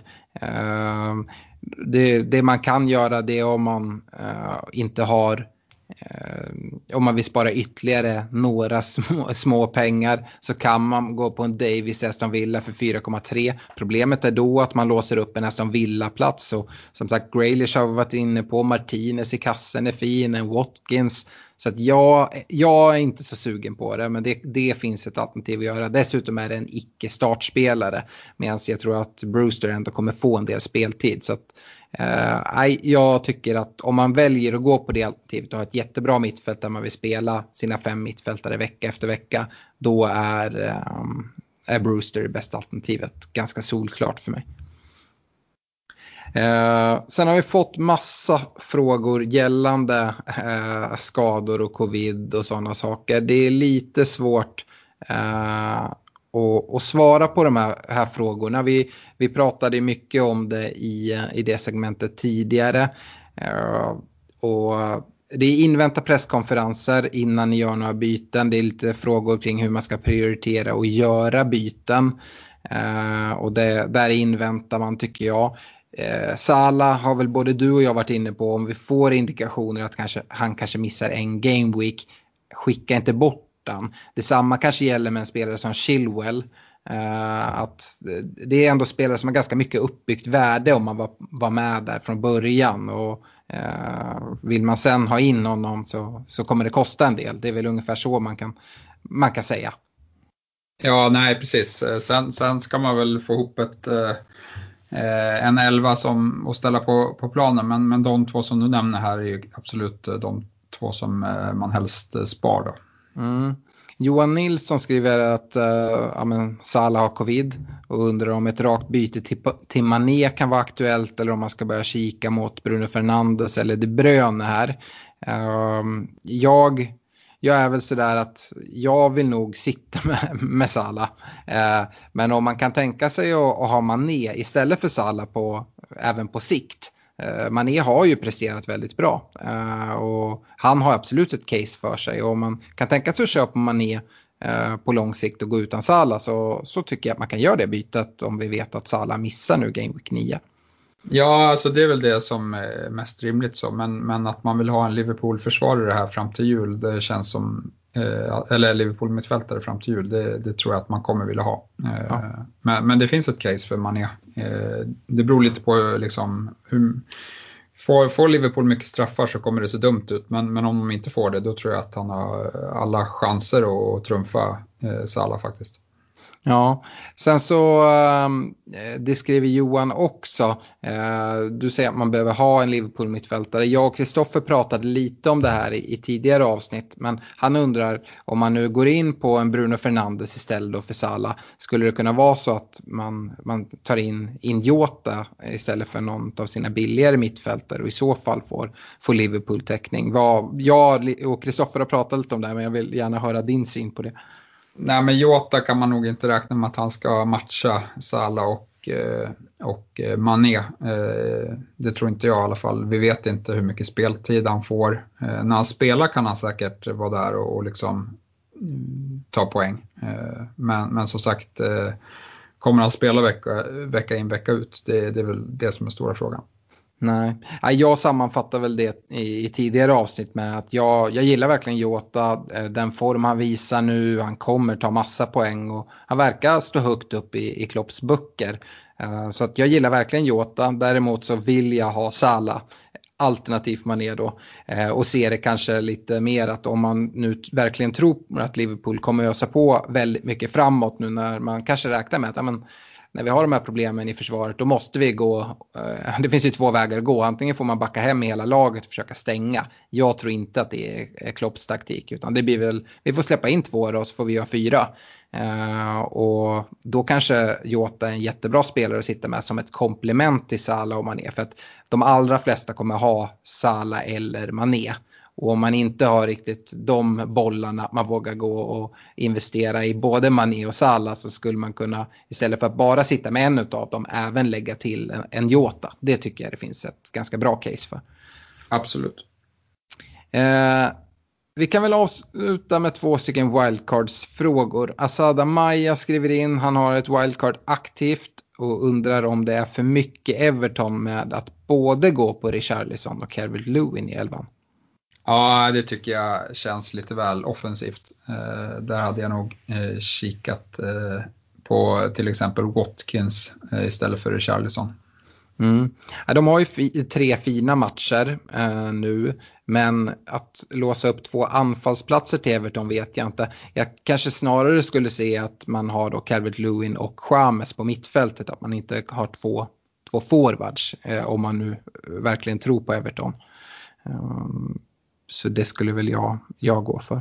Det man kan göra, det är om man inte har, om man vill spara ytterligare några små pengar, så kan man gå på en Davies Aston Villa för 4,3. Problemet är då att man låser upp en Aston Villa-plats, och som sagt Grealish har varit inne på, Martinez i kassen är fin, en Watkins. Så att jag är inte så sugen på det, men det finns ett alternativ att göra. Dessutom är det en icke-startspelare, medan jag tror att Brewster ändå kommer få en del speltid. Så att jag tycker att om man väljer att gå på det alternativet och ha ett jättebra mittfält där man vill spela sina 5 mittfältare vecka efter vecka, då är Brewster det bästa alternativet. Ganska solklart för mig. Sen har vi fått massa frågor gällande skador och covid och sådana saker. Det är lite svårt att svara på de här frågorna. Vi pratade mycket om det i det segmentet tidigare. Och det är invänta presskonferenser innan ni gör några byten. Det är lite frågor kring hur man ska prioritera och göra byten. Och där inväntar man, tycker jag. Salah har väl både du och jag varit inne på, om vi får indikationer att han kanske missar en game week, skicka inte bort startan. Detsamma kanske gäller med en spelare som Chilwell. Att det är ändå spelare som har ganska mycket uppbyggt värde om man var med där från början. Och vill man sen ha in honom så kommer det kosta en del. Det är väl ungefär så man kan säga. Ja, nej precis. Sen ska man väl få ihop en 11 som att ställa på planen. Men de två som du nämner här är ju absolut de två som man helst spar då. Johan Nilsson skriver att Salah har covid och undrar om ett rakt byte till Mané kan vara aktuellt eller om man ska börja kika mot Bruno Fernandes eller De Bruyne här. Jag är väl sådär att jag vill nog sitta med Salah. Men om man kan tänka sig att ha Mané istället för Salah även på sikt. Mané har ju presterat väldigt bra och han har absolut ett case för sig. Och om man kan tänka sig att köpa Mané på lång sikt och gå utan Salah så tycker jag att man kan göra det bytet om vi vet att Salah missar nu Game Week 9. Ja, alltså det är väl det som är mest rimligt så. Men att man vill ha en Liverpool-försvarare här fram till jul, det känns som, eller Liverpool-mittfältare fram till jul, det tror jag att man kommer vilja ha. Men det finns ett case för Mané. Det beror lite på liksom, får Liverpool mycket straffar så kommer det se dumt ut. Men om de inte får det, då tror jag att han har alla chanser att trumfa Salah faktiskt. Ja, sen så det skriver Johan också. Du säger att man behöver ha en Liverpool-mittfältare. Jag och Kristoffer pratade lite om det här i tidigare avsnitt. Men han undrar om man nu går in på en Bruno Fernandes istället då för Salah. Skulle det kunna vara så att man tar in Jota istället för någon av sina billigare mittfältare och i så fall får Liverpool-täckning? Jag och Kristoffer har pratat lite om det här men jag vill gärna höra din syn på det. Nej, men Jota kan man nog inte räkna med att han ska matcha Salah och Mané. Det tror inte jag i alla fall. Vi vet inte hur mycket speltid han får. När han spelar kan han säkert vara där och liksom ta poäng. Men som sagt, kommer han spela vecka in, vecka ut? Det är väl det som är stora frågan. Nej, jag sammanfattar väl det i tidigare avsnitt med att jag gillar verkligen Jota, den form han visar nu, han kommer ta massa poäng och han verkar stå högt upp i Klopps böcker. Så att jag gillar verkligen Jota, däremot så vill jag ha Salah, alternativt Mané då, och ser det kanske lite mer att om man nu verkligen tror att Liverpool kommer ösa på väldigt mycket framåt nu när man kanske räknar med att när vi har de här problemen i försvaret då måste vi gå, det finns ju två vägar att gå, antingen får man backa hem i hela laget och försöka stänga. Jag tror inte att det är Klopps taktik utan det blir väl, vi får släppa in 2 och så får vi göra 4. Och då kanske Jota är en jättebra spelare att sitta med som ett komplement till Salah och Mané för att de allra flesta kommer ha Salah eller Mané. Och om man inte har riktigt de bollarna att man vågar gå och investera i både Mané och Salah så skulle man kunna istället för att bara sitta med en av dem även lägga till en Jota. Det tycker jag det finns ett ganska bra case för. Absolut. Vi kan väl avsluta med 2 stycken wildcards-frågor. Asada Maya skriver in, han har ett wildcard aktivt och undrar om det är för mycket Everton med att både gå på Richarlison och Calvert-Lewin i 11. Ja, det tycker jag känns lite väl offensivt. Där hade jag nog kikat på till exempel Watkins istället för Richarlison. Ja, de har ju 3 fina matcher nu, men att låsa upp 2 anfallsplatser till Everton vet jag inte. Jag kanske snarare skulle se att man har då Calvert-Lewin och James på mittfältet, att man inte har två forwards om man nu verkligen tror på Everton. Så det skulle väl jag gå för.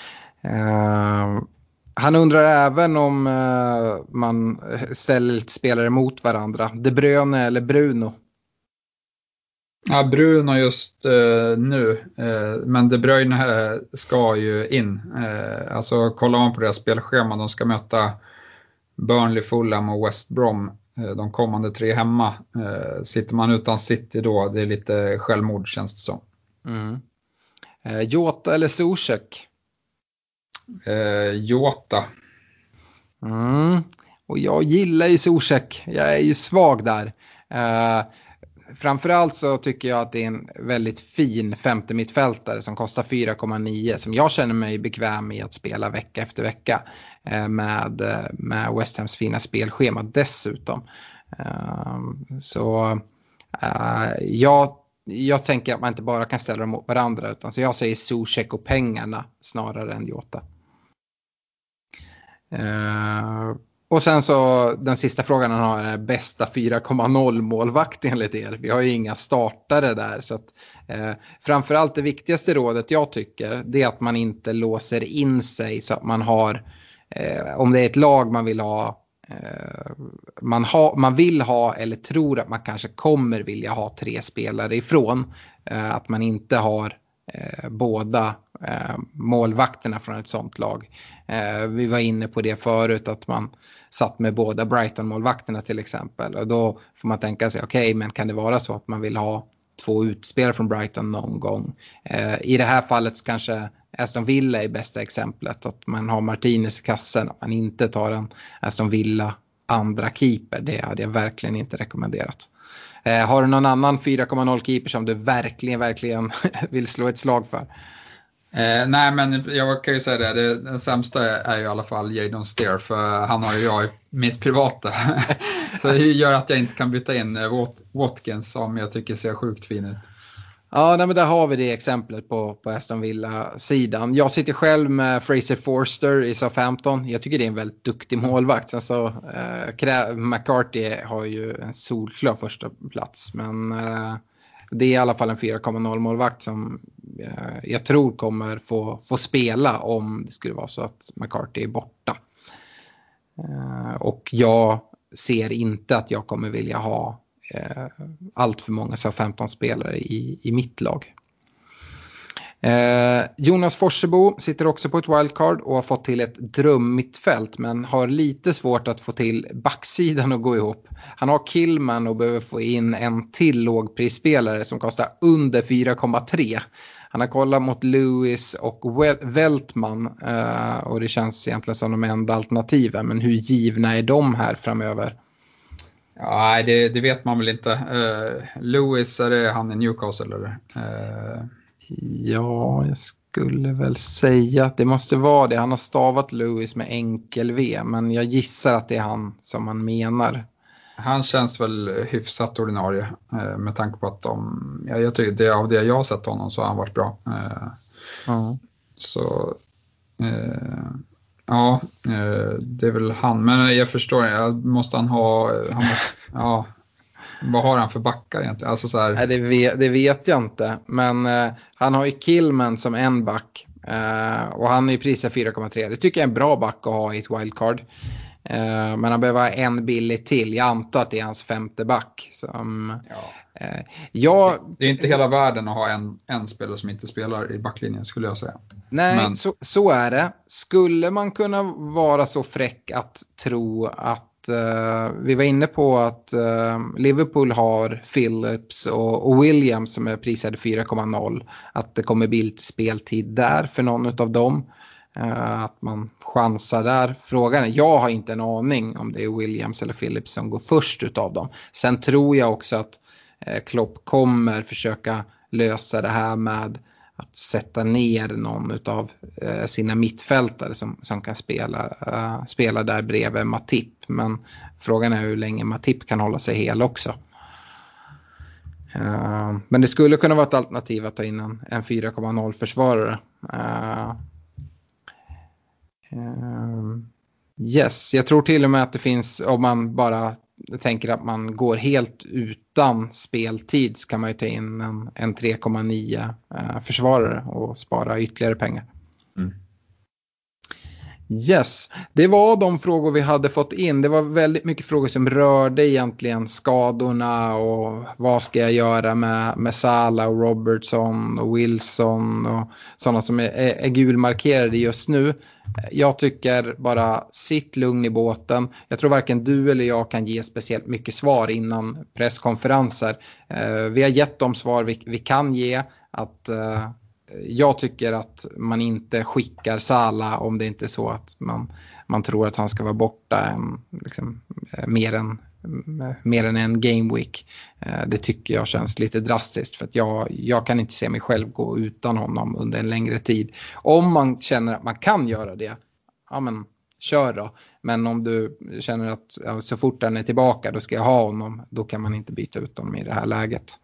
Han undrar även om man ställer lite spelare mot varandra. De Bruyne eller Bruno? Ja, Bruno just nu. Men De Bruyne ska ju in. Alltså kollar man på deras spelschema. De ska möta Burnley, Fulham och West Brom. De kommande 3 hemma. Sitter man utan City då, det är lite självmord känns det som. Jota eller Zuzek? Jota. Och jag gillar ju Zuzek. Jag är ju svag där. framförallt så tycker jag att det är en väldigt fin femte mittfältare som kostar 4,9 som jag känner mig bekväm i att spela vecka efter vecka med West Hams fina spelschema dessutom. Så jag tänker att man inte bara kan ställa dem mot varandra, utan så jag säger Zuzek och pengarna snarare än Jota. Och sen så den sista frågan han har är bästa 4,0 målvakt enligt er. Vi har ju inga startare där, så att framförallt det viktigaste rådet jag tycker, det är att man inte låser in sig så att man har om det är ett lag man vill ha man vill ha eller tror att man kanske kommer vilja ha 3 spelare ifrån, att man inte har båda målvakterna från ett sånt lag. Vi var inne på det förut, att man satt med båda Brighton-målvakterna till exempel, och då får man tänka sig okej, men kan det vara så att man vill ha 2 utspelare från Brighton någon gång? I det här fallet kanske Aston Villa är bästa exemplet, att man har Martinez i kassen, att man inte tar en Aston Villa andra keeper. Det hade jag verkligen inte rekommenderat. Har du någon annan 4,0 keeper som du verkligen vill slå ett slag för? Nej, men jag kan ju säga det. Den sämsta är ju i alla fall Jadon Steer, för han har ju jag i mitt privata. Så det gör att jag inte kan byta in Watkins, som jag tycker ser sjukt fin ut. Ja, nej, men där har vi det exemplet på Aston Villa-sidan. Jag sitter själv med Fraser Forster i Southampton. Jag tycker det är en väldigt duktig målvakt. Alltså, McCarthy har ju en solklar första plats, men det är i alla fall en 4,0 målvakt som jag tror kommer få spela om det skulle vara så att McCarthy är borta. Och jag ser inte att jag kommer vilja ha allt för många Southampton-spelare i mitt lag. Jonas Forsebo sitter också på ett wildcard och har fått till ett drömmittfält, men har lite svårt att få till backsidan att gå ihop. Han har Killman och behöver få in en till lågprisspelare som kostar under 4,3. Han har kollat mot Lewis och Veltman och det känns egentligen som de enda alternativen, men hur givna är de här framöver? Ja, det vet man väl inte. Lewis, är det han i Newcastle eller? Ja, jag skulle väl säga att det måste vara det. Han har stavat Lewis med enkel V, men jag gissar att det är han som man menar. Han känns väl hyfsat ordinarie med tanke på att jag tycker det, av det jag har sett honom så har han varit bra. Så ja, det är väl han. Men jag förstår, måste han ha ja, vad har han för backar egentligen? Alltså så här... Nej, det vet jag inte. Men han har ju Killman som en back. Och han är ju prisad 4,3. Det tycker jag är en bra back att ha i ett wildcard. Men han behöver ha en billig till. Jag antar att det är hans femte back. Det är inte hela världen att ha en spelare som inte spelar i backlinjen, skulle jag säga. Nej, men... så är det. Skulle man kunna vara så fräck att tro att vi var inne på att Liverpool har Phillips och Williams som är prisade 4,0, att det kommer bli lite speltid där för någon av dem, att man chansar där. Frågan är, jag har inte en aning om det är Williams eller Phillips som går först utav dem. Sen tror jag också att Klopp kommer försöka lösa det här med att sätta ner någon av sina mittfältare som kan spela där bredvid Matip. Men frågan är hur länge Matip kan hålla sig hel också. Men det skulle kunna vara ett alternativ att ta in en 4,0 försvarare. Yes, jag tror till och med att det finns, om man bara tänker att man går helt utan speltid, så kan man ju ta in en 3,9 försvarare och spara ytterligare pengar. Yes, det var de frågor vi hade fått in. Det var väldigt mycket frågor som rörde egentligen skadorna och vad ska jag göra med Salah och Robertson och Wilson och sådana som är gulmarkerade just nu. Jag tycker bara sitt lugn i båten. Jag tror varken du eller jag kan ge speciellt mycket svar innan presskonferenser. Vi har gett de svar vi kan ge, att jag tycker att man inte skickar Salah om det inte är så att man tror att han ska vara borta mer än mer än en game week. Det tycker jag känns lite drastiskt, för att jag kan inte se mig själv gå utan honom under en längre tid. Om man känner att man kan göra det, ja men kör då. Men om du känner att så fort han är tillbaka då ska jag ha honom, då kan man inte byta ut honom i det här läget.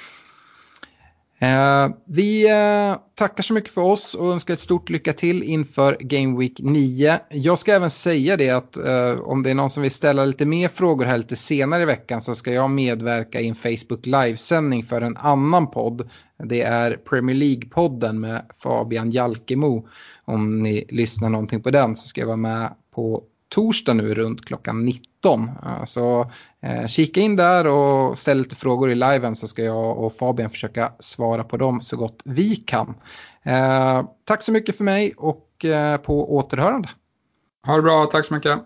Vi tackar så mycket för oss och önskar ett stort lycka till inför Game Week 9. Jag ska även säga det att om det är någon som vill ställa lite mer frågor här lite senare i veckan, så ska jag medverka i en Facebook livesändning för en annan podd. Det är Premier League-podden med Fabian Jalkemo. Om ni lyssnar någonting på den så ska jag vara med på torsdag nu runt klockan 19. Så kika in där och ställ lite frågor i liven, så ska jag och Fabian försöka svara på dem så gott vi kan. Tack så mycket för mig och på återhörande. Ha det bra, tack så mycket.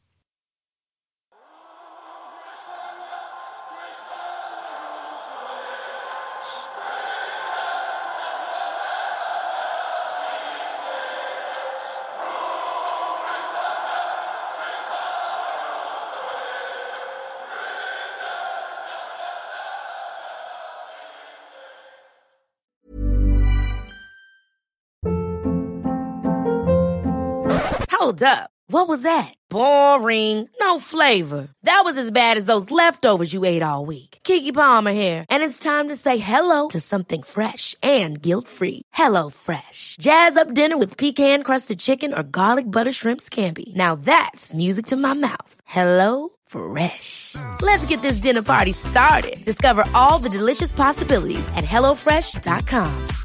Hold up. What was that? Boring. No flavor. That was as bad as those leftovers you ate all week. Keke Palmer here. And it's time to say hello to something fresh and guilt-free. Hello Fresh. Jazz up dinner with pecan-crusted chicken or garlic butter shrimp scampi. Now that's music to my mouth. Hello Fresh. Let's get this dinner party started. Discover all the delicious possibilities at HelloFresh.com.